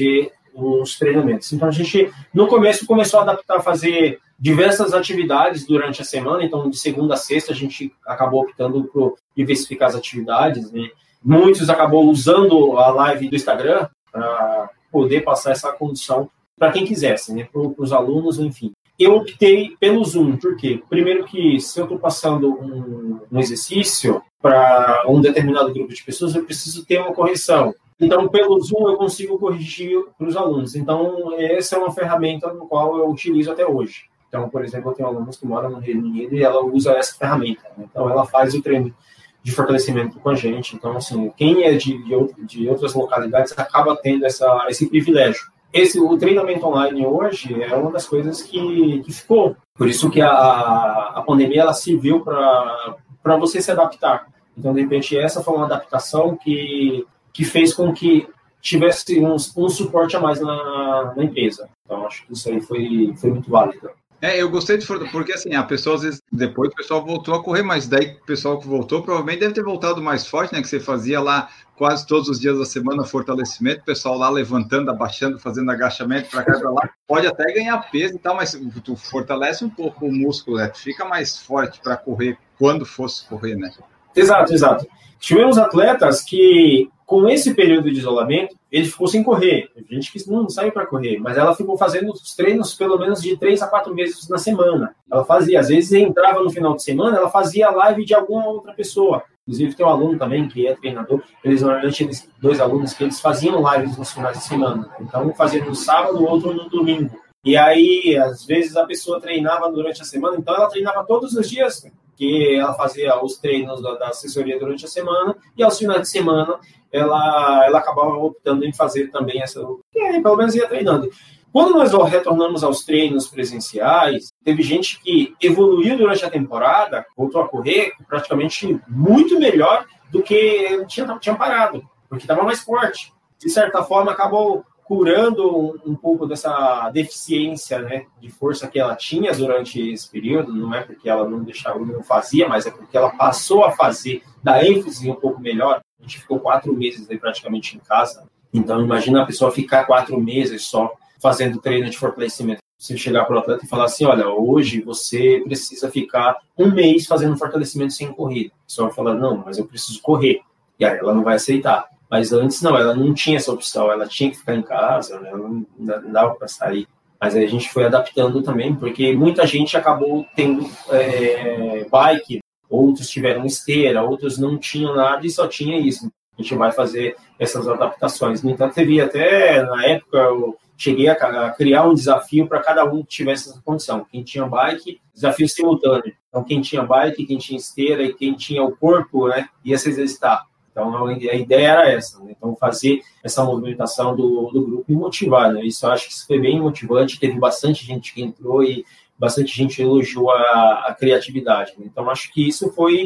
Speaker 3: os treinamentos. Então, a gente, no começo, começou a adaptar, a fazer diversas atividades durante a semana. Então, de segunda a sexta, a gente acabou optando por diversificar as atividades, né? Muitos acabou usando a live do Instagram para poder passar essa condição para quem quisesse, né? Para os alunos, enfim. Eu optei pelo Zoom, por quê? Primeiro que se eu estou passando um exercício para um determinado grupo de pessoas, eu preciso ter uma correção. Então, pelo Zoom, eu consigo corrigir para os alunos. Então, essa é uma ferramenta no qual eu utilizo até hoje. Então, por exemplo, eu tenho alunos que moram no Reino Unido e ela usa essa ferramenta. Né? Então, ela faz o treino de fortalecimento com a gente. Então, assim, quem é de outras localidades acaba tendo esse privilégio. O treinamento online hoje é uma das coisas que ficou. Por isso que a pandemia ela serviu para você se adaptar. Então, de repente, essa foi uma adaptação que fez com que tivesse um suporte a mais na empresa. Então, acho que isso aí foi muito válido.
Speaker 2: Eu gostei porque assim, a pessoa, às vezes, depois o pessoal voltou a correr, mas daí o pessoal que voltou provavelmente deve ter voltado mais forte, né? Que você fazia lá quase todos os dias da semana fortalecimento, o pessoal lá levantando, abaixando, fazendo agachamento para cá e para lá. Pode até ganhar peso e tal, mas tu fortalece um pouco o músculo, né? Tu fica mais forte para correr quando fosse correr, né?
Speaker 3: Exato. Tivemos atletas que, com esse período de isolamento, ele ficou sem correr. Gente que não saiu para correr, mas ela ficou fazendo os treinos pelo menos de 3 a 4 vezes na semana. Ela fazia, às vezes entrava no final de semana, ela fazia live de alguma outra pessoa. Inclusive tem um aluno também que é treinador, normalmente 2 alunos que eles faziam lives nos finais de semana. Então um fazia no sábado, o outro no domingo. E aí, às vezes, a pessoa treinava durante a semana, então ela treinava todos os dias, que ela fazia os treinos da assessoria durante a semana, e aos finais de semana ela acabava optando em fazer também pelo menos ia treinando. Quando nós retornamos aos treinos presenciais, teve gente que evoluiu durante a temporada, voltou a correr praticamente muito melhor do que tinha parado, porque estava mais forte. De certa forma, acabou curando um pouco dessa deficiência, né, de força que ela tinha durante esse período. Não é porque ela não fazia, mas é porque ela passou a fazer, dar ênfase um pouco melhor. A gente ficou 4 meses aí praticamente em casa. Então, imagina a pessoa ficar 4 meses só fazendo treino de fortalecimento. Você chegar para o atleta e falar assim, olha, hoje você precisa ficar 1 mês fazendo fortalecimento sem corrida. A pessoa vai falar, não, mas eu preciso correr. E aí ela não vai aceitar. Mas antes, não, ela não tinha essa opção, ela tinha que ficar em casa, né? Ela não dava para sair. Mas aí a gente foi adaptando também, porque muita gente acabou tendo bike, outros tiveram esteira, outros não tinham nada e só tinha isso. A gente vai fazer essas adaptações. No entanto, teve até, na época, eu cheguei a criar um desafio para cada um que tivesse essa condição. Quem tinha bike, desafio simultâneo. Então, quem tinha bike, quem tinha esteira e quem tinha o corpo, né, ia se exercitar. Então, a ideia era essa, né? Então, fazer essa movimentação do grupo e motivar, né? Isso eu acho que isso foi bem motivante, teve bastante gente que entrou e bastante gente elogiou a criatividade, né? Então, acho que isso foi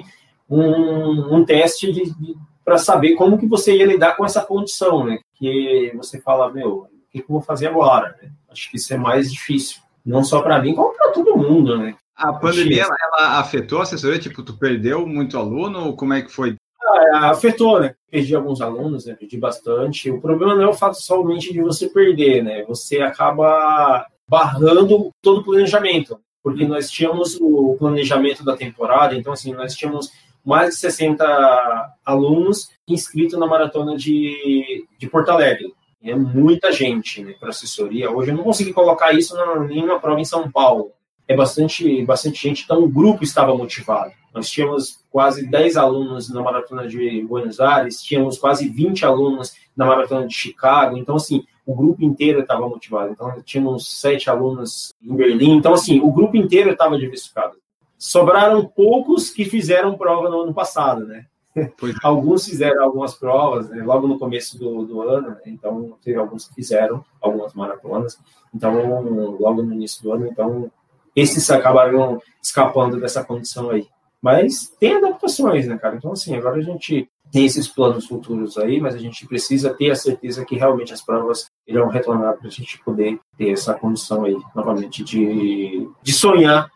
Speaker 3: um teste para saber como que você ia lidar com essa condição, né? Que você fala, o que eu vou fazer agora, né? Acho que isso é mais difícil, não só para mim, como para todo mundo, né?
Speaker 2: A pandemia, ela afetou a assessoria? Tipo, tu perdeu muito aluno? Como é que foi?
Speaker 3: Afetou, né? Perdi alguns alunos, né? Perdi bastante. O problema não é o fato somente de você perder, né? Você acaba barrando todo o planejamento, porque nós tínhamos o planejamento da temporada, então, assim, nós tínhamos mais de 60 alunos inscritos na maratona de Porto Alegre. É muita gente, né, para assessoria. Hoje eu não consegui colocar isso em nenhuma prova em São Paulo. É bastante gente, então o grupo estava motivado. Nós tínhamos quase 10 alunos na Maratona de Buenos Aires, tínhamos quase 20 alunos na Maratona de Chicago, então, assim, o grupo inteiro estava motivado. Então, tínhamos 7 alunos em Berlim, então, assim, o grupo inteiro estava diversificado. Sobraram poucos que fizeram prova no ano passado, né? Alguns fizeram algumas provas, né, logo no começo do ano, né? Então, teve alguns que fizeram algumas maratonas, então, logo no início do ano, então, esses acabaram escapando dessa condição aí. Mas tem adaptações, né, cara? Então, assim, agora a gente tem esses planos futuros aí, mas a gente precisa ter a certeza que realmente as provas irão retornar para a gente poder ter essa condição aí, novamente, de sonhar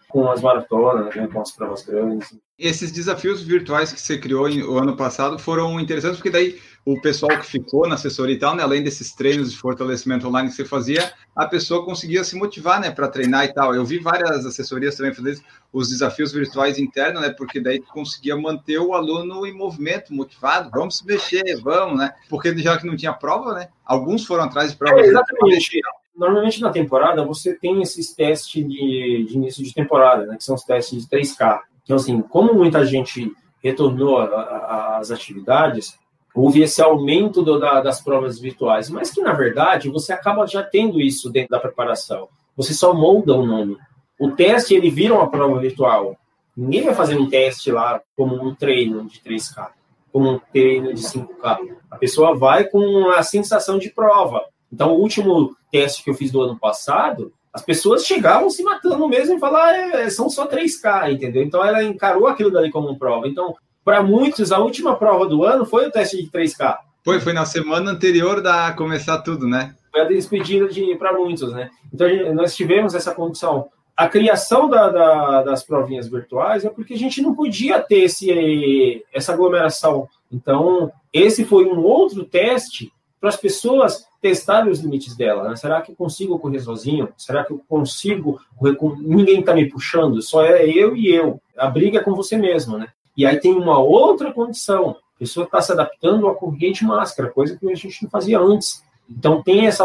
Speaker 3: com as maratonas, né, com as provas grandes.
Speaker 2: Esses desafios virtuais que você criou o ano passado foram interessantes, porque daí o pessoal que ficou na assessoria e tal, né, além desses treinos de fortalecimento online que você fazia, a pessoa conseguia se motivar, né, para treinar e tal. Eu vi várias assessorias também fazer os desafios virtuais internos, né, porque daí conseguia manter o aluno em movimento, motivado, vamos se mexer, vamos, né, porque já que não tinha prova, né, alguns foram atrás de provas.
Speaker 3: Exatamente. Normalmente na temporada você tem esses testes de início de temporada, né, que são os testes de 3K. Então, assim, como muita gente retornou às atividades, houve esse aumento das provas virtuais, mas que, na verdade, você acaba já tendo isso dentro da preparação. Você só molda o nome. O teste, ele vira uma prova virtual. Ninguém vai fazer um teste lá como um treino de 3K, como um treino de 5K. A pessoa vai com a sensação de prova. Então, o último teste que eu fiz do ano passado, as pessoas chegavam se matando mesmo e falavam, são só 3K, entendeu? Então, ela encarou aquilo dali como prova. Então, para muitos, a última prova do ano foi o teste de 3K.
Speaker 2: Foi na semana anterior da começar tudo, né?
Speaker 3: Foi a despedida para muitos, né? Então, nós tivemos essa condição. A criação das provinhas virtuais é porque a gente não podia ter essa aglomeração. Então, esse foi um outro teste para as pessoas testarem os limites dela, né? Será que eu consigo correr sozinho? Será que eu consigo correr com... Ninguém está me puxando, só é eu e eu. A briga é com você mesmo, né? E aí tem uma outra condição. A pessoa está se adaptando a correr de máscara, coisa que a gente não fazia antes. Então tem esse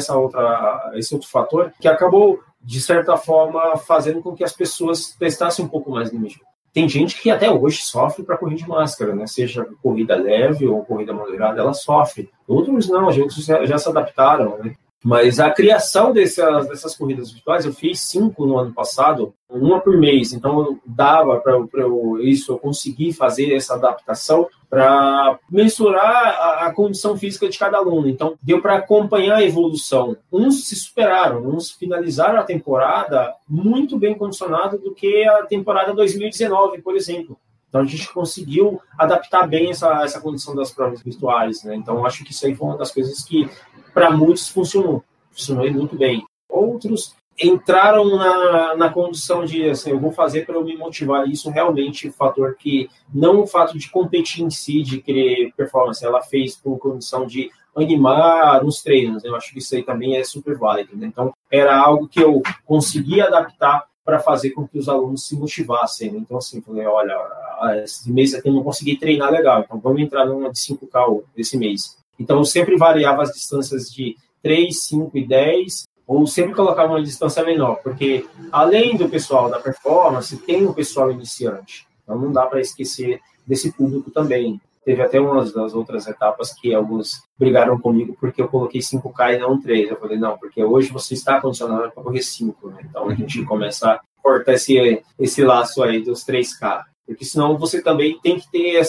Speaker 3: outro fator que acabou, de certa forma, fazendo com que as pessoas testassem um pouco mais limite. Tem gente que até hoje sofre para correr de máscara, né? Seja corrida leve ou corrida moderada, ela sofre. Outros não, outros já se adaptaram, né? Mas a criação dessas corridas virtuais, eu fiz 5 no ano passado, uma por mês. Então, dava para eu conseguir fazer essa adaptação para mensurar a condição física de cada aluno. Então, deu para acompanhar a evolução. Uns se superaram, uns finalizaram a temporada muito bem condicionado do que a temporada 2019, por exemplo. Então, a gente conseguiu adaptar bem essa condição das provas virtuais, né? Então, acho que isso aí foi uma das coisas que, para muitos, funcionou muito bem. Outros entraram na condição de, assim, eu vou fazer para eu me motivar. Isso realmente é um fator que, não o fato de competir em si, de querer performance, ela fez com condição de animar nos treinos. Eu acho que isso aí também é super válido, né? Então, era algo que eu conseguia adaptar para fazer com que os alunos se motivassem. Então, assim, falei, olha, esse mês aqui eu não consegui treinar legal, então vamos entrar numa de 5K esse mês. Então, eu sempre variava as distâncias de 3, 5 e 10, ou sempre colocava uma distância menor, porque além do pessoal da performance, tem o pessoal iniciante. Então, não dá para esquecer desse público também. Teve até umas das outras etapas que alguns brigaram comigo porque eu coloquei 5K e não 3. Eu falei, não, porque hoje você está condicionado para correr 5, né? Então a gente começa a cortar esse laço aí dos 3K. Porque senão você também tem que ter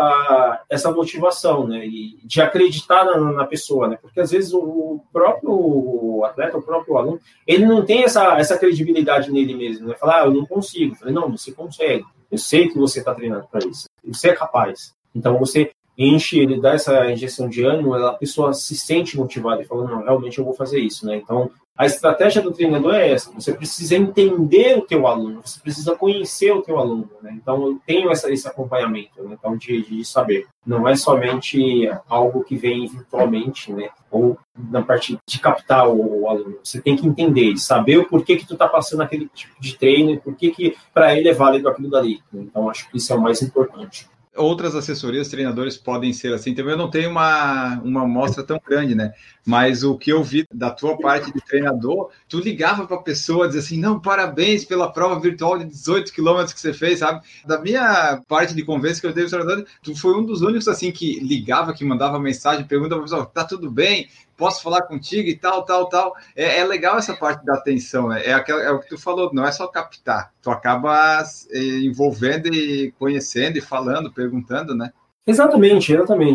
Speaker 3: essa motivação, né? E de acreditar na pessoa, né? Porque às vezes o próprio atleta, o próprio aluno, ele não tem essa credibilidade nele mesmo, né? Falar, eu não consigo. Eu falei, não, você consegue. Eu sei que você está treinando para isso. Você é capaz. Então, você enche, ele dá essa injeção de ânimo, a pessoa se sente motivada e fala, não, realmente eu vou fazer isso, né? Então, a estratégia do treinador é essa, você precisa entender o teu aluno, você precisa conhecer o teu aluno, né? Então, eu tenho esse acompanhamento, né? Então, de saber. Não é somente algo que vem virtualmente, né? Ou na parte de captar o aluno. Você tem que entender, saber o porquê que tu tá passando aquele tipo de treino e por que para ele é válido aquilo dali. Então, acho que isso é o mais importante.
Speaker 2: Outras assessorias, treinadores podem ser assim também. Eu não tenho uma amostra tão grande, né? Mas o que eu vi da tua parte de treinador, tu ligava para a pessoa, dizia assim, não, parabéns pela prova virtual de 18 quilômetros que você fez, sabe? Da minha parte de conversa que eu dei o treinador, tu foi um dos únicos assim que ligava, que mandava mensagem, pergunta para a pessoa, tá tudo bem? Posso falar contigo e tal. É legal essa parte da atenção, né? É o que tu falou, não é só captar. Tu acaba envolvendo e conhecendo e falando, perguntando, né?
Speaker 3: Exatamente.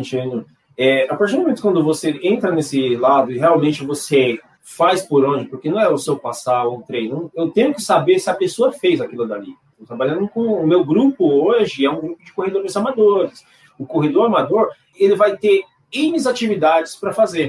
Speaker 3: A partir do momento quando você entra nesse lado e realmente você faz por onde, porque não é o seu passar um treino, eu tenho que saber se a pessoa fez aquilo dali. Estou trabalhando com o meu grupo hoje, é um grupo de corredores amadores. O corredor amador, ele vai ter N atividades para fazer.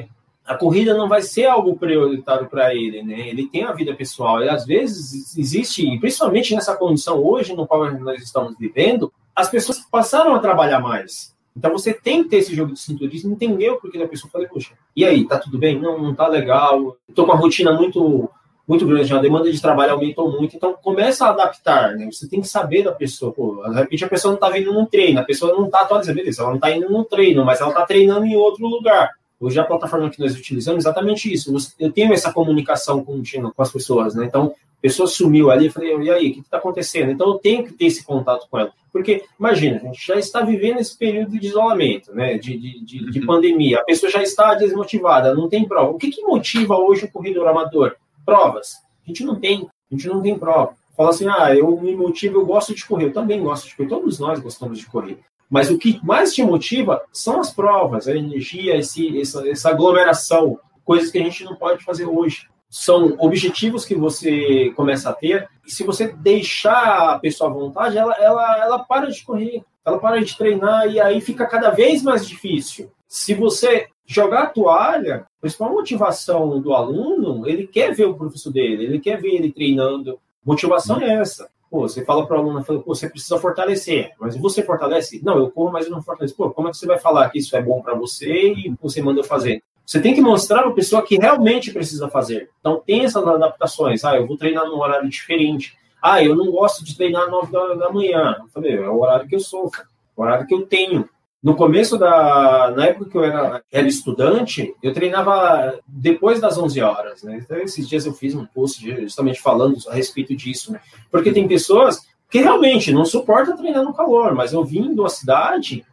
Speaker 3: a corrida não vai ser algo prioritário para ele, né? Ele tem a vida pessoal e às vezes existe, principalmente nessa condição hoje no qual nós estamos vivendo, as pessoas passaram a trabalhar mais. Então você tem que ter esse jogo de cintura, entender o porquê da pessoa. Falei, poxa, e aí, tá tudo bem? Não tá legal. Tô com uma rotina muito grande, a demanda de trabalho aumentou muito, então começa a adaptar, né? Você tem que saber da pessoa. Pô, de repente a pessoa não tá vindo num treino, a pessoa não tá atualizando, beleza, ela não tá indo num treino, mas ela tá treinando em outro lugar. Hoje a plataforma que nós utilizamos é exatamente isso. Eu tenho essa comunicação contínua com as pessoas, né? Então, a pessoa sumiu ali, eu falei, e aí, o que está acontecendo? Então, eu tenho que ter esse contato com ela. Porque, imagina, a gente já está vivendo esse período de isolamento, né? De pandemia. A pessoa já está desmotivada, não tem prova. O que motiva hoje o corredor amador? Provas. A gente não tem prova. Fala assim, eu me motivo, eu gosto de correr. Eu também gosto de correr. Todos nós gostamos de correr. Mas o que mais te motiva são as provas, a energia, essa aglomeração, coisas que a gente não pode fazer hoje. São objetivos que você começa a ter, e se você deixar a pessoa à vontade, ela para de correr, ela para de treinar, e aí fica cada vez mais difícil. Se você jogar a toalha, a principal motivação do aluno, ele quer ver o professor dele, ele quer ver ele treinando. Motivação é essa. Pô, você fala para o aluno, você precisa fortalecer, mas você fortalece? Não, eu corro, mas eu não fortaleço. Pô, como é que você vai falar que isso é bom para você e você manda eu fazer? Você tem que mostrar para a pessoa que realmente precisa fazer. Então, tem essas adaptações. Eu vou treinar num horário diferente. Eu não gosto de treinar às 9 horas da manhã. Eu falei, é o horário que eu sofro, o horário que eu tenho. No começo na época que eu era estudante, eu treinava depois das 11 horas, né? Então, esses dias eu fiz um post justamente falando a respeito disso, né? Porque tem pessoas que realmente não suportam treinar no calor, mas eu vim da cidade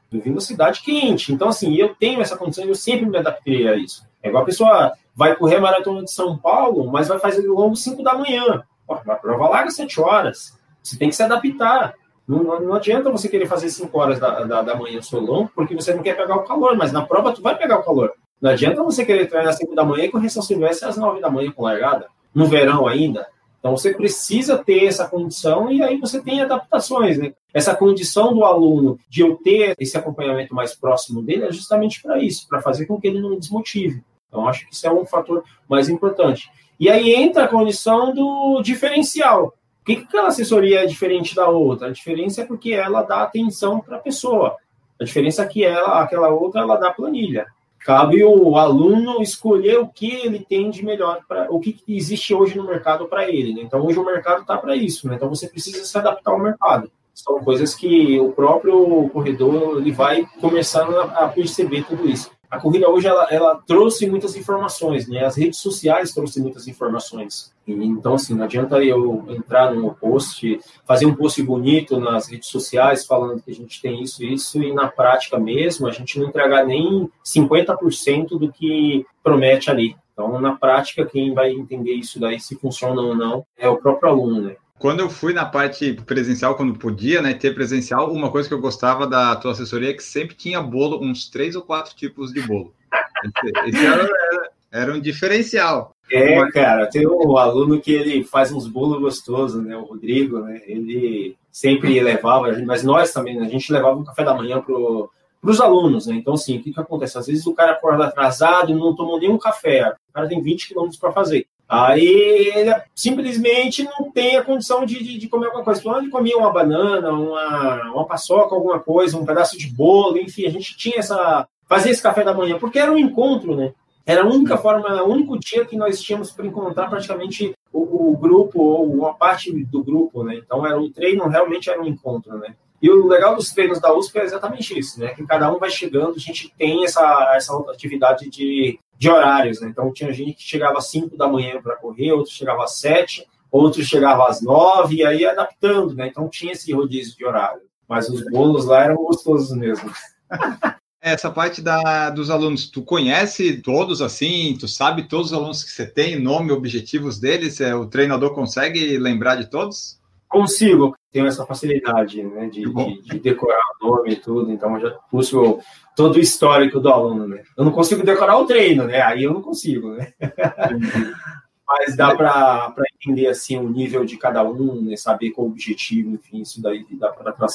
Speaker 3: quente. Então, assim, eu tenho essa condição e eu sempre me adaptei a isso. É igual a pessoa vai correr a maratona de São Paulo, mas vai fazer longo 5 da manhã. A prova larga 7 horas. Você tem que se adaptar. Não adianta você querer fazer 5 horas da manhã solongo, porque você não quer pegar o calor, mas na prova tu vai pegar o calor. Não adianta você querer treinar às 5 da manhã e correr São Silvestre às 9 da manhã com largada, no verão ainda. Então você precisa ter essa condição e aí você tem adaptações, né? Essa condição do aluno de eu ter esse acompanhamento mais próximo dele é justamente para isso, para fazer com que ele não desmotive. Então acho que isso é um fator mais importante. E aí entra a condição do diferencial. Por que aquela assessoria é diferente da outra? A diferença é porque ela dá atenção para a pessoa. A diferença é que aquela outra, ela dá planilha. Cabe o aluno escolher o que ele tem de melhor, o que existe hoje no mercado para ele, né? Então, hoje o mercado está para isso, né? Então, você precisa se adaptar ao mercado. São coisas que o próprio corredor ele vai começando a perceber tudo isso. A corrida hoje, ela trouxe muitas informações, né? As redes sociais trouxeram muitas informações. Então, assim, não adianta eu entrar num post, fazer um post bonito nas redes sociais, falando que a gente tem isso, e na prática mesmo, a gente não entregar nem 50% do que promete ali. Então, na prática, quem vai entender isso daí, se funciona ou não, é o próprio aluno, né?
Speaker 2: Quando eu fui na parte presencial, quando podia, né, ter presencial, uma coisa que eu gostava da tua assessoria é que sempre tinha bolo, uns 3 ou 4 tipos de bolo. Esse era um diferencial.
Speaker 3: Cara, tem um aluno que ele faz uns bolos gostosos, né, o Rodrigo, né, ele sempre levava, mas nós também, né, a gente levava um café da manhã para os alunos, né, então assim, o que acontece? Às vezes o cara acorda atrasado e não tomou nenhum café, o cara tem 20 quilômetros para fazer. Aí ele simplesmente não tem a condição de comer alguma coisa. Então, ele comia uma banana, uma paçoca, alguma coisa, um pedaço de bolo, enfim, a gente tinha fazer esse café da manhã, porque era um encontro, né? Era a única forma, o único dia que nós tínhamos para encontrar praticamente o grupo, ou uma parte do grupo, né? Então, o treino realmente era um encontro, né? E o legal dos treinos da USP é exatamente isso, né? Que cada um vai chegando, a gente tem essa atividade de horários, né? Então, tinha gente que chegava às 5 da manhã para correr, outro chegava às 7, outro chegava às 9, e aí adaptando, né? Então, tinha esse rodízio de horário. Mas os bolos lá eram gostosos mesmo.
Speaker 2: Essa parte dos alunos, tu conhece todos assim? Tu sabe todos os alunos que você tem, nome, objetivos deles? O treinador consegue lembrar de todos?
Speaker 3: Consigo, tenho essa facilidade, né, de decorar o nome e tudo, então eu já puxo todo o histórico do aluno, né? Eu não consigo decorar o treino, né? Aí eu não consigo, né? Mas dá para entender assim o nível de cada um, né? Saber qual o objetivo, enfim, isso daí dá para traçar.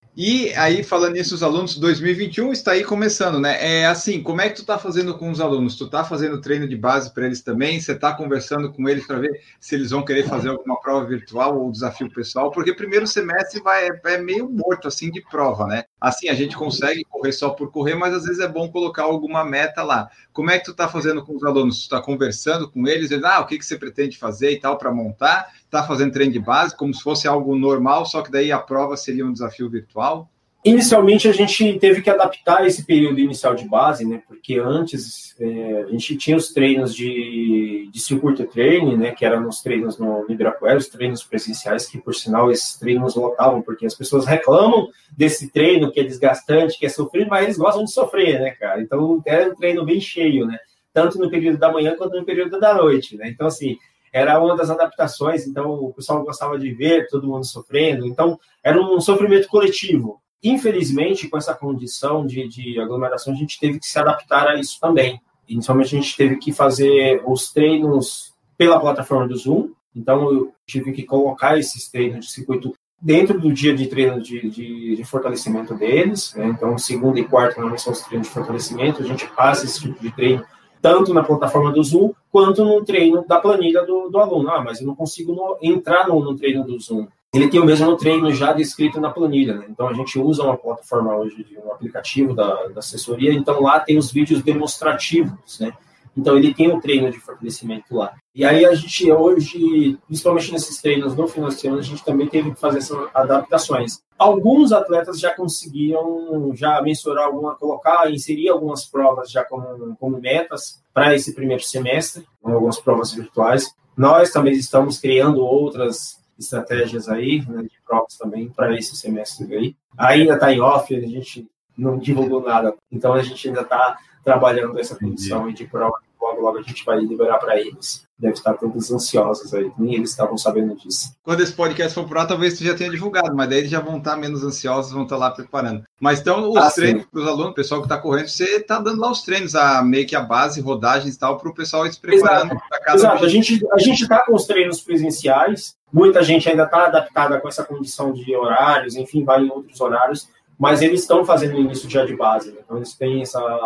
Speaker 2: E aí, falando nisso, os alunos, 2021 está aí começando, né? Assim, como é que tu está fazendo com os alunos? Tu está fazendo treino de base para eles também? Você está conversando com eles para ver se eles vão querer fazer alguma prova virtual ou desafio pessoal? Porque primeiro semestre é meio morto, assim, de prova, né? Assim, a gente consegue correr só por correr, mas às vezes é bom colocar alguma meta lá. Como é que tu está fazendo com os alunos? Tu está conversando com eles? O que você pretende fazer e tal para montar? Está fazendo treino de base como se fosse algo normal, só que daí a prova seria um desafio virtual?
Speaker 3: Inicialmente, a gente teve que adaptar esse período inicial de base, né? Porque antes a gente tinha os treinos de circuito training, né? Que eram os treinos no Ibirapuera, os treinos presenciais, que por sinal esses treinos lotavam, porque as pessoas reclamam desse treino que é desgastante, que é sofrido, mas eles gostam de sofrer, né, cara? Então era um treino bem cheio, né? Tanto no período da manhã quanto no período da noite, né? Então, assim, era uma das adaptações, então o pessoal gostava de ver todo mundo sofrendo, então era um sofrimento coletivo. Infelizmente, com essa condição de aglomeração, a gente teve que se adaptar a isso também. Inicialmente, a gente teve que fazer os treinos pela plataforma do Zoom, então eu tive que colocar esses treinos de circuito dentro do dia de treino de fortalecimento deles, né? Então, segunda e quarta normalmente são os treinos de fortalecimento, a gente passa esse tipo de treino tanto na plataforma do Zoom, quanto no treino da planilha do aluno. Mas eu não consigo entrar no treino do Zoom. Ele tem o mesmo treino já descrito na planilha, né? Então, a gente usa uma plataforma hoje, um aplicativo da assessoria, então lá tem os vídeos demonstrativos, né? Então, ele tem o treino de fortalecimento lá. E aí, a gente hoje, principalmente nesses treinos no final de semana, a gente também teve que fazer essas adaptações. Alguns atletas já conseguiam mensurar inserir algumas provas já como metas para esse primeiro semestre, algumas provas virtuais. Nós também estamos criando outras estratégias aí, né, de provas também para esse semestre aí. Ainda está em off, a gente não divulgou nada, então a gente ainda está trabalhando essa condição de prova. Logo a gente vai liberar para eles. Deve estar todos ansiosos aí, nem eles estavam sabendo disso.
Speaker 2: Quando esse podcast for pro ar, talvez tu já tenha divulgado, mas daí eles já vão estar menos ansiosos, vão estar lá preparando. Mas então, os treinos para os alunos, o pessoal que está correndo, você está dando lá os treinos, meio que a base, rodagens e tal, para o pessoal ir se preparando para cada.
Speaker 3: Exato, a gente está com os treinos presenciais, muita gente ainda está adaptada com essa condição de horários, enfim, vai em outros horários, mas eles estão fazendo o início já de base, né? Então eles têm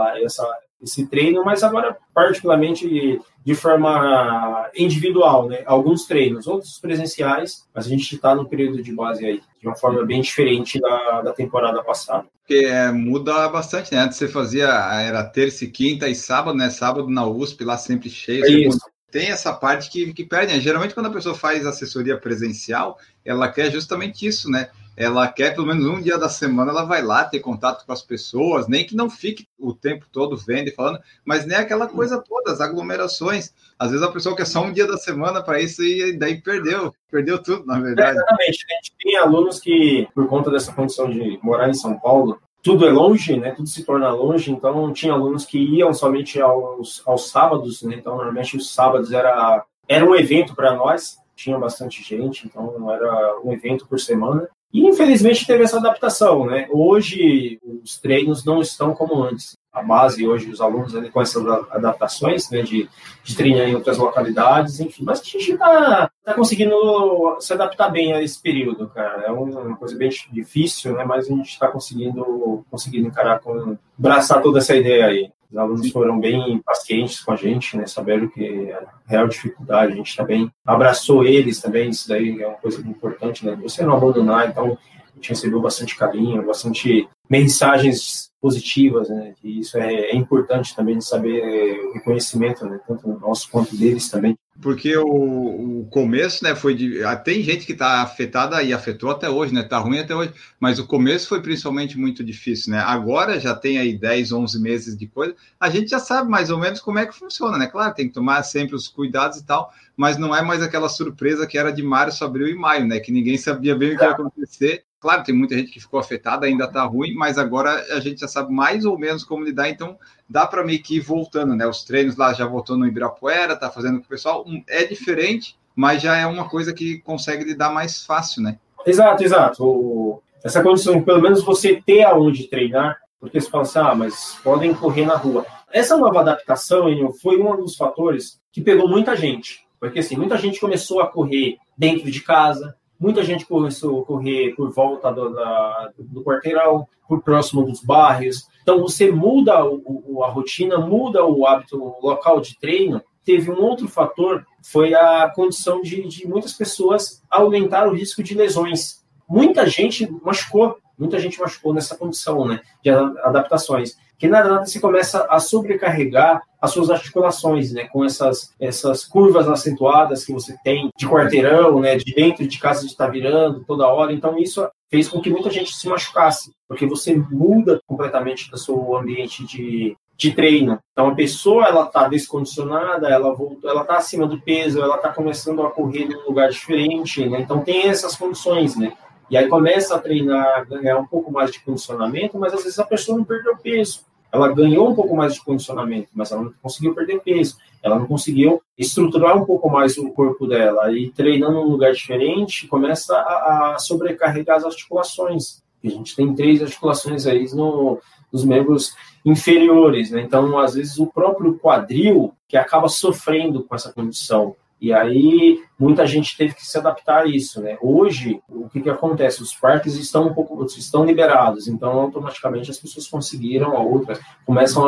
Speaker 3: esse treino, mas agora particularmente de forma individual, né? Alguns treinos, outros presenciais, mas a gente está no período de base aí, de uma forma bem diferente da temporada passada.
Speaker 2: Porque muda bastante, né? Antes você fazia, era terça e quinta e sábado, né? Sábado na USP, lá sempre cheio.
Speaker 3: Isso.
Speaker 2: Tem essa parte que perde, né? Geralmente quando a pessoa faz assessoria presencial, ela quer justamente isso, né? Ela quer pelo menos um dia da semana, ela vai lá ter contato com as pessoas, nem que não fique o tempo todo vendo e falando, mas nem aquela coisa toda, as aglomerações. Às vezes a pessoa quer só um dia da semana para isso e daí perdeu tudo, na verdade.
Speaker 3: Exatamente. A gente tem alunos que, por conta dessa condição de morar em São Paulo, tudo é longe, né? Tudo se torna longe, então tinha alunos que iam somente aos sábados, né? Então normalmente os sábados era um evento para nós, tinha bastante gente, então era um evento por semana. E, infelizmente, teve essa adaptação, né? Hoje, os treinos não estão como antes. A base, hoje, os alunos com essas adaptações, né? De treinar em outras localidades, enfim. Mas a gente está conseguindo se adaptar bem a esse período, cara. É uma coisa bem difícil, né? Mas a gente está conseguindo encarar abraçar toda essa ideia aí. Os alunos foram bem pacientes com a gente, né? Saberam que a real dificuldade, a gente também abraçou eles também, isso daí é uma coisa importante, né? Você não abandonar, então a gente recebeu bastante carinho, bastante mensagens positivas, né? E isso é importante também de saber o reconhecimento, né? Tanto nosso quanto deles também.
Speaker 2: Porque o começo, né, foi tem gente que está afetada e afetou até hoje, né, tá ruim até hoje, mas o começo foi principalmente muito difícil, né, agora já tem aí 10, 11 meses de coisa, a gente já sabe mais ou menos como é que funciona, né, claro, tem que tomar sempre os cuidados e tal, mas não é mais aquela surpresa que era de março, abril e maio, né, que ninguém sabia bem o que ia acontecer. Claro, tem muita gente que ficou afetada, ainda está ruim, mas agora a gente já sabe mais ou menos como lidar, então dá para meio que ir voltando, né? Os treinos lá já voltou no Ibirapuera, está fazendo com o pessoal, é diferente, mas já é uma coisa que consegue lidar mais fácil, né?
Speaker 3: Exato. Essa condição de pelo menos você ter aonde treinar, porque você fala assim, mas podem correr na rua. Essa nova adaptação, foi um dos fatores que pegou muita gente, porque assim, muita gente começou a correr dentro de casa, Muita gente começou a correr por volta do quarteirão, por próximo dos bairros. Então, você muda a rotina, muda o hábito, o local de treino. Teve um outro fator, foi a condição de muitas pessoas aumentar o risco de lesões. Muita gente machucou nessa condição, né, de adaptações. Que nada você começa a sobrecarregar as suas articulações, né, com essas curvas acentuadas que você tem de quarteirão, né, de dentro de casa de estar virando toda hora. Então, isso fez com que muita gente se machucasse, porque você muda completamente o seu ambiente de treino. Então, a pessoa, ela está descondicionada, ela está acima do peso, ela está começando a correr em um lugar diferente, né? Então, tem essas condições, né? E aí começa a treinar, ganhar um pouco mais de condicionamento, mas às vezes a pessoa não perdeu peso. Ela ganhou um pouco mais de condicionamento, mas ela não conseguiu perder peso. Ela não conseguiu estruturar um pouco mais o corpo dela. E treinando em um lugar diferente, começa a sobrecarregar as articulações. A gente tem 3 articulações aí nos membros inferiores, né? Então, às vezes, o próprio quadril que acaba sofrendo com essa condição. E aí, muita gente teve que se adaptar a isso, né? Hoje, o que acontece? Os parques estão liberados, então, automaticamente, as pessoas conseguiram, outras começam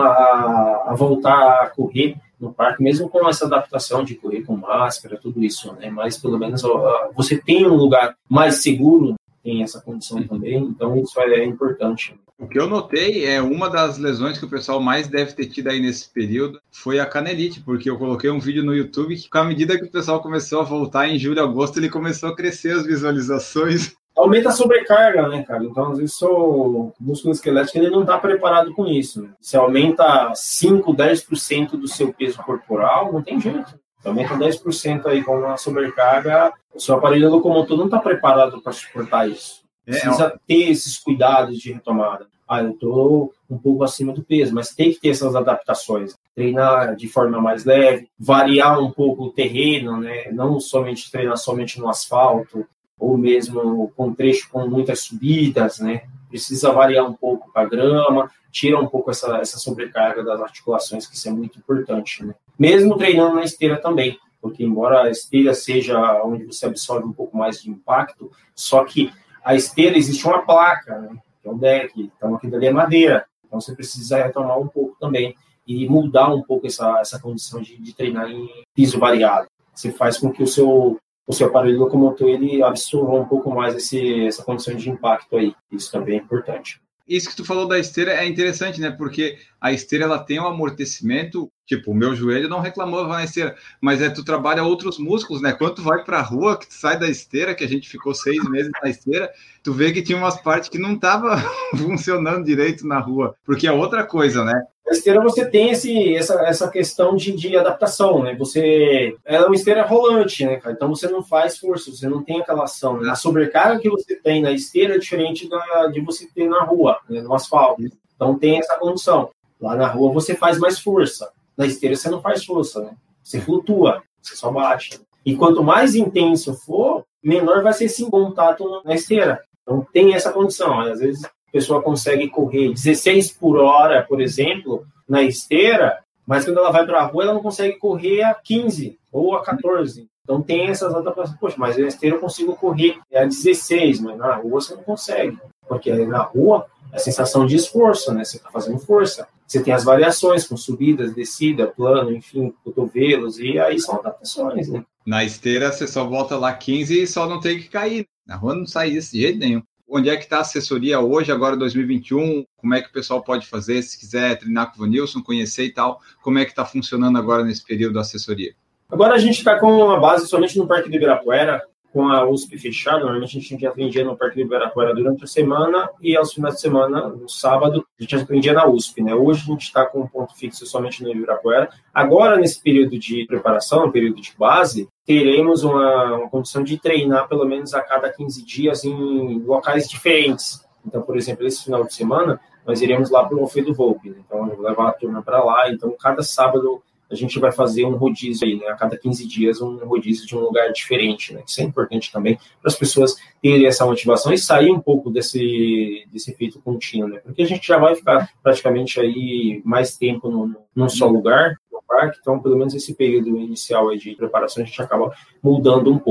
Speaker 3: a voltar a correr no parque, mesmo com essa adaptação de correr com máscara, tudo isso, né? Mas, pelo menos, você tem um lugar mais seguro, tem essa condição também, então isso é importante.
Speaker 2: O que eu notei é uma das lesões que o pessoal mais deve ter tido aí nesse período foi a canelite, porque eu coloquei um vídeo no YouTube que, à medida que o pessoal começou a voltar em julho e agosto, ele começou a crescer as visualizações.
Speaker 3: Aumenta a sobrecarga, né, cara? Então, às vezes, o músculo esquelético ele não está preparado com isso. Né? Você aumenta 5%, 10% do seu peso corporal, não tem jeito. Você aumenta 10% aí com a sobrecarga, o seu aparelho locomotor não está preparado para suportar isso. Precisa ter esses cuidados de retomada. Eu estou um pouco acima do peso, mas tem que ter essas adaptações. Treinar de forma mais leve, variar um pouco o terreno, né? Não somente treinar somente no asfalto, ou mesmo com trecho com muitas subidas, né? Precisa variar um pouco a grama, tira um pouco essa sobrecarga das articulações, que isso é muito importante, né? Mesmo treinando na esteira também, porque embora a esteira seja onde você absorve um pouco mais de impacto, só que a esteira existe uma placa, né? Que é um deck, então aquilo ali é madeira, então você precisa retomar um pouco também e mudar um pouco essa condição de treinar em piso variado. Você faz com que o seu aparelho locomotor ele absorva um pouco mais essa condição de impacto aí. Isso também é importante.
Speaker 2: Isso que tu falou da esteira é interessante, né? Porque a esteira ela tem um amortecimento, tipo, o meu joelho não reclamava na esteira, mas tu trabalha outros músculos, né? Quando tu vai pra rua, que tu sai da esteira, que a gente ficou 6 meses na esteira, tu vê que tinha umas partes que não estavam funcionando direito na rua, porque é outra coisa, né?
Speaker 3: A esteira você tem essa questão de adaptação, né? Ela é uma esteira rolante, né, cara? Então você não faz força, você não tem aquela ação. Né? A sobrecarga que você tem na esteira é diferente de você ter na rua, né, no asfalto. Então tem essa condição. Lá na rua você faz mais força. Na esteira você não faz força, né? Você flutua, você só bate. E quanto mais intenso for, menor vai ser esse contato na esteira. Então tem essa condição. Às vezes a pessoa consegue correr 16 por hora, por exemplo, na esteira, mas quando ela vai para a rua, ela não consegue correr a 15 ou a 14. Então tem essas adaptações. Poxa, mas na esteira eu consigo correr a 16, mas na rua você não consegue. Porque na rua é a sensação de esforço, né? Você está fazendo força. Você tem as variações com subidas, descida, plano, enfim, cotovelos, e aí são adaptações, né?
Speaker 2: Na esteira você só volta lá 15 e só não tem que cair. Na rua não sai desse jeito nenhum. Onde é que está a assessoria hoje, agora 2021? Como é que o pessoal pode fazer se quiser treinar com o Vanilson, conhecer e tal? Como é que está funcionando agora nesse período da assessoria?
Speaker 3: Agora a gente está com a base somente no Parque do Ibirapuera, com a USP fechada. Normalmente a gente atendia no Parque do Ibirapuera durante a semana e aos finais de semana, no sábado, a gente atendia na USP, né? Hoje a gente está com um ponto fixo somente no Ibirapuera. Agora, nesse período de preparação, no período de base, teremos uma condição de treinar pelo menos a cada 15 dias em locais diferentes. Então, por exemplo, esse final de semana, nós iremos lá para o Alfredo Volpi, né? Então, eu vou levar a turma para lá. Então, cada sábado a gente vai fazer um rodízio aí, né? A cada 15 dias, um rodízio de um lugar diferente, né? Isso é importante também para as pessoas terem essa motivação e sair um pouco desse efeito contínuo, né? Porque a gente já vai ficar praticamente aí mais tempo num só lugar, no parque, então pelo menos esse período inicial aí de preparação a gente acaba mudando um pouco.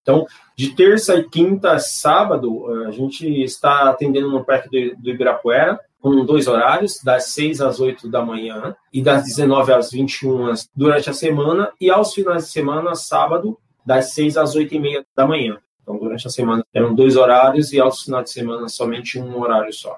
Speaker 3: Então, de terça e quinta a sábado, a gente está atendendo no Parque do Ibirapuera, com 2 horários, das 6 às 8 da manhã e das 19 às 21 durante a semana, e aos finais de semana, sábado, das 6 às 8h30 da manhã. Então, durante a semana eram 2 horários e aos finais de semana somente um horário só.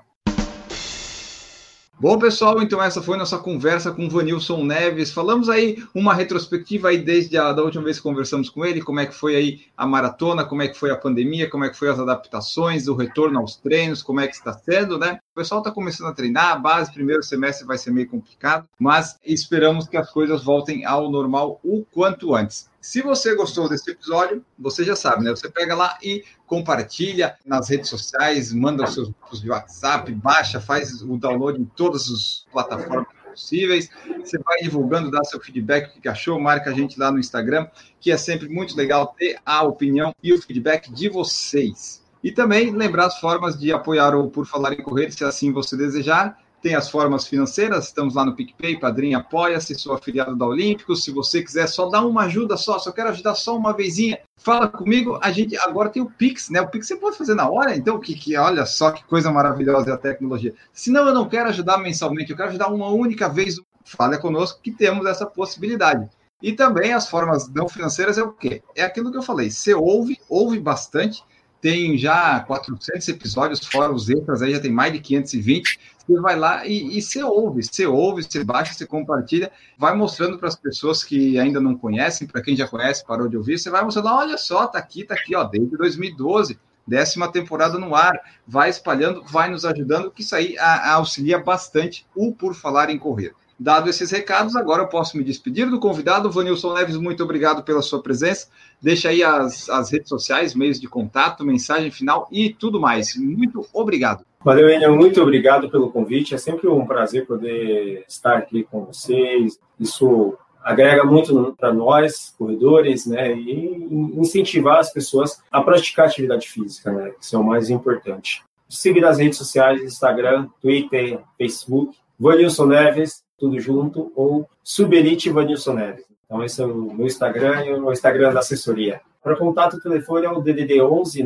Speaker 2: Bom, pessoal, então essa foi nossa conversa com o Vanilson Neves. Falamos aí uma retrospectiva aí desde a da última vez que conversamos com ele, como é que foi aí a maratona, como é que foi a pandemia, como é que foi as adaptações, o retorno aos treinos, como é que está sendo, né? O pessoal está começando a treinar, a base, primeiro semestre vai ser meio complicado, mas esperamos que as coisas voltem ao normal o quanto antes. Se você gostou desse episódio, você já sabe, né? Você pega lá e compartilha nas redes sociais, manda os seus grupos de WhatsApp, baixa, faz o download em todas as plataformas possíveis. Você vai divulgando, dá seu feedback, o que achou, marca a gente lá no Instagram, que é sempre muito legal ter a opinião e o feedback de vocês. E também lembrar as formas de apoiar o Por Falar em Correr, se assim você desejar. Tem as formas financeiras, estamos lá no PicPay, Padrinho, Apoia-se, sou afiliado da Olímpicos. Se você quiser só dar uma ajuda só quero ajudar só uma vezinha, fala comigo. A gente agora tem o Pix, né? O Pix você pode fazer na hora, então olha só que coisa maravilhosa é a tecnologia. Se não, eu não quero ajudar mensalmente, eu quero ajudar uma única vez. Fale conosco que temos essa possibilidade. E também as formas não financeiras é o quê? É aquilo que eu falei, você ouve bastante, tem já 400 episódios, fora os extras, aí já tem mais de 520. Você vai lá e você ouve, você baixa, você compartilha, vai mostrando para as pessoas que ainda não conhecem, para quem já conhece, parou de ouvir, você vai mostrando, olha só, tá aqui, ó, desde 2012, 10ª temporada no ar, vai espalhando, vai nos ajudando, que isso aí auxilia bastante o Por Falar em Correr. Dado esses recados, agora eu posso me despedir do convidado. Vanilson Neves, muito obrigado pela sua presença. Deixa aí as redes sociais, meios de contato, mensagem final e tudo mais. Muito obrigado.
Speaker 3: Valeu, Enio. Muito obrigado pelo convite. É sempre um prazer poder estar aqui com vocês. Isso agrega muito para nós, corredores, né? E incentivar as pessoas a praticar atividade física, né? Isso é o mais importante. Seguir as redes sociais, Instagram, Twitter, Facebook, Vanilson Neves, tudo junto, ou Subelite Vanilson Neves. Então, esse é o meu Instagram e o Instagram da assessoria. Para contato, o telefone é o DDD 11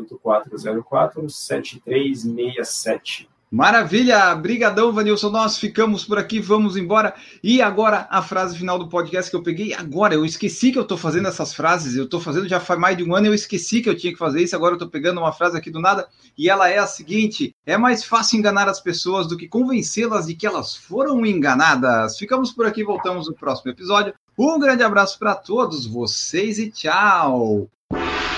Speaker 3: 98404 7367.
Speaker 2: Maravilha! Brigadão, Vanilson. Nós ficamos por aqui, vamos embora. E agora, a frase final do podcast que eu peguei agora. Eu esqueci que eu estou fazendo essas frases. Eu estou fazendo já faz mais de um ano. Eu esqueci que eu tinha que fazer isso. Agora eu estou pegando uma frase aqui do nada. E ela é a seguinte: é mais fácil enganar as pessoas do que convencê-las de que elas foram enganadas. Ficamos por aqui, voltamos no próximo episódio. Um grande abraço para todos vocês e tchau!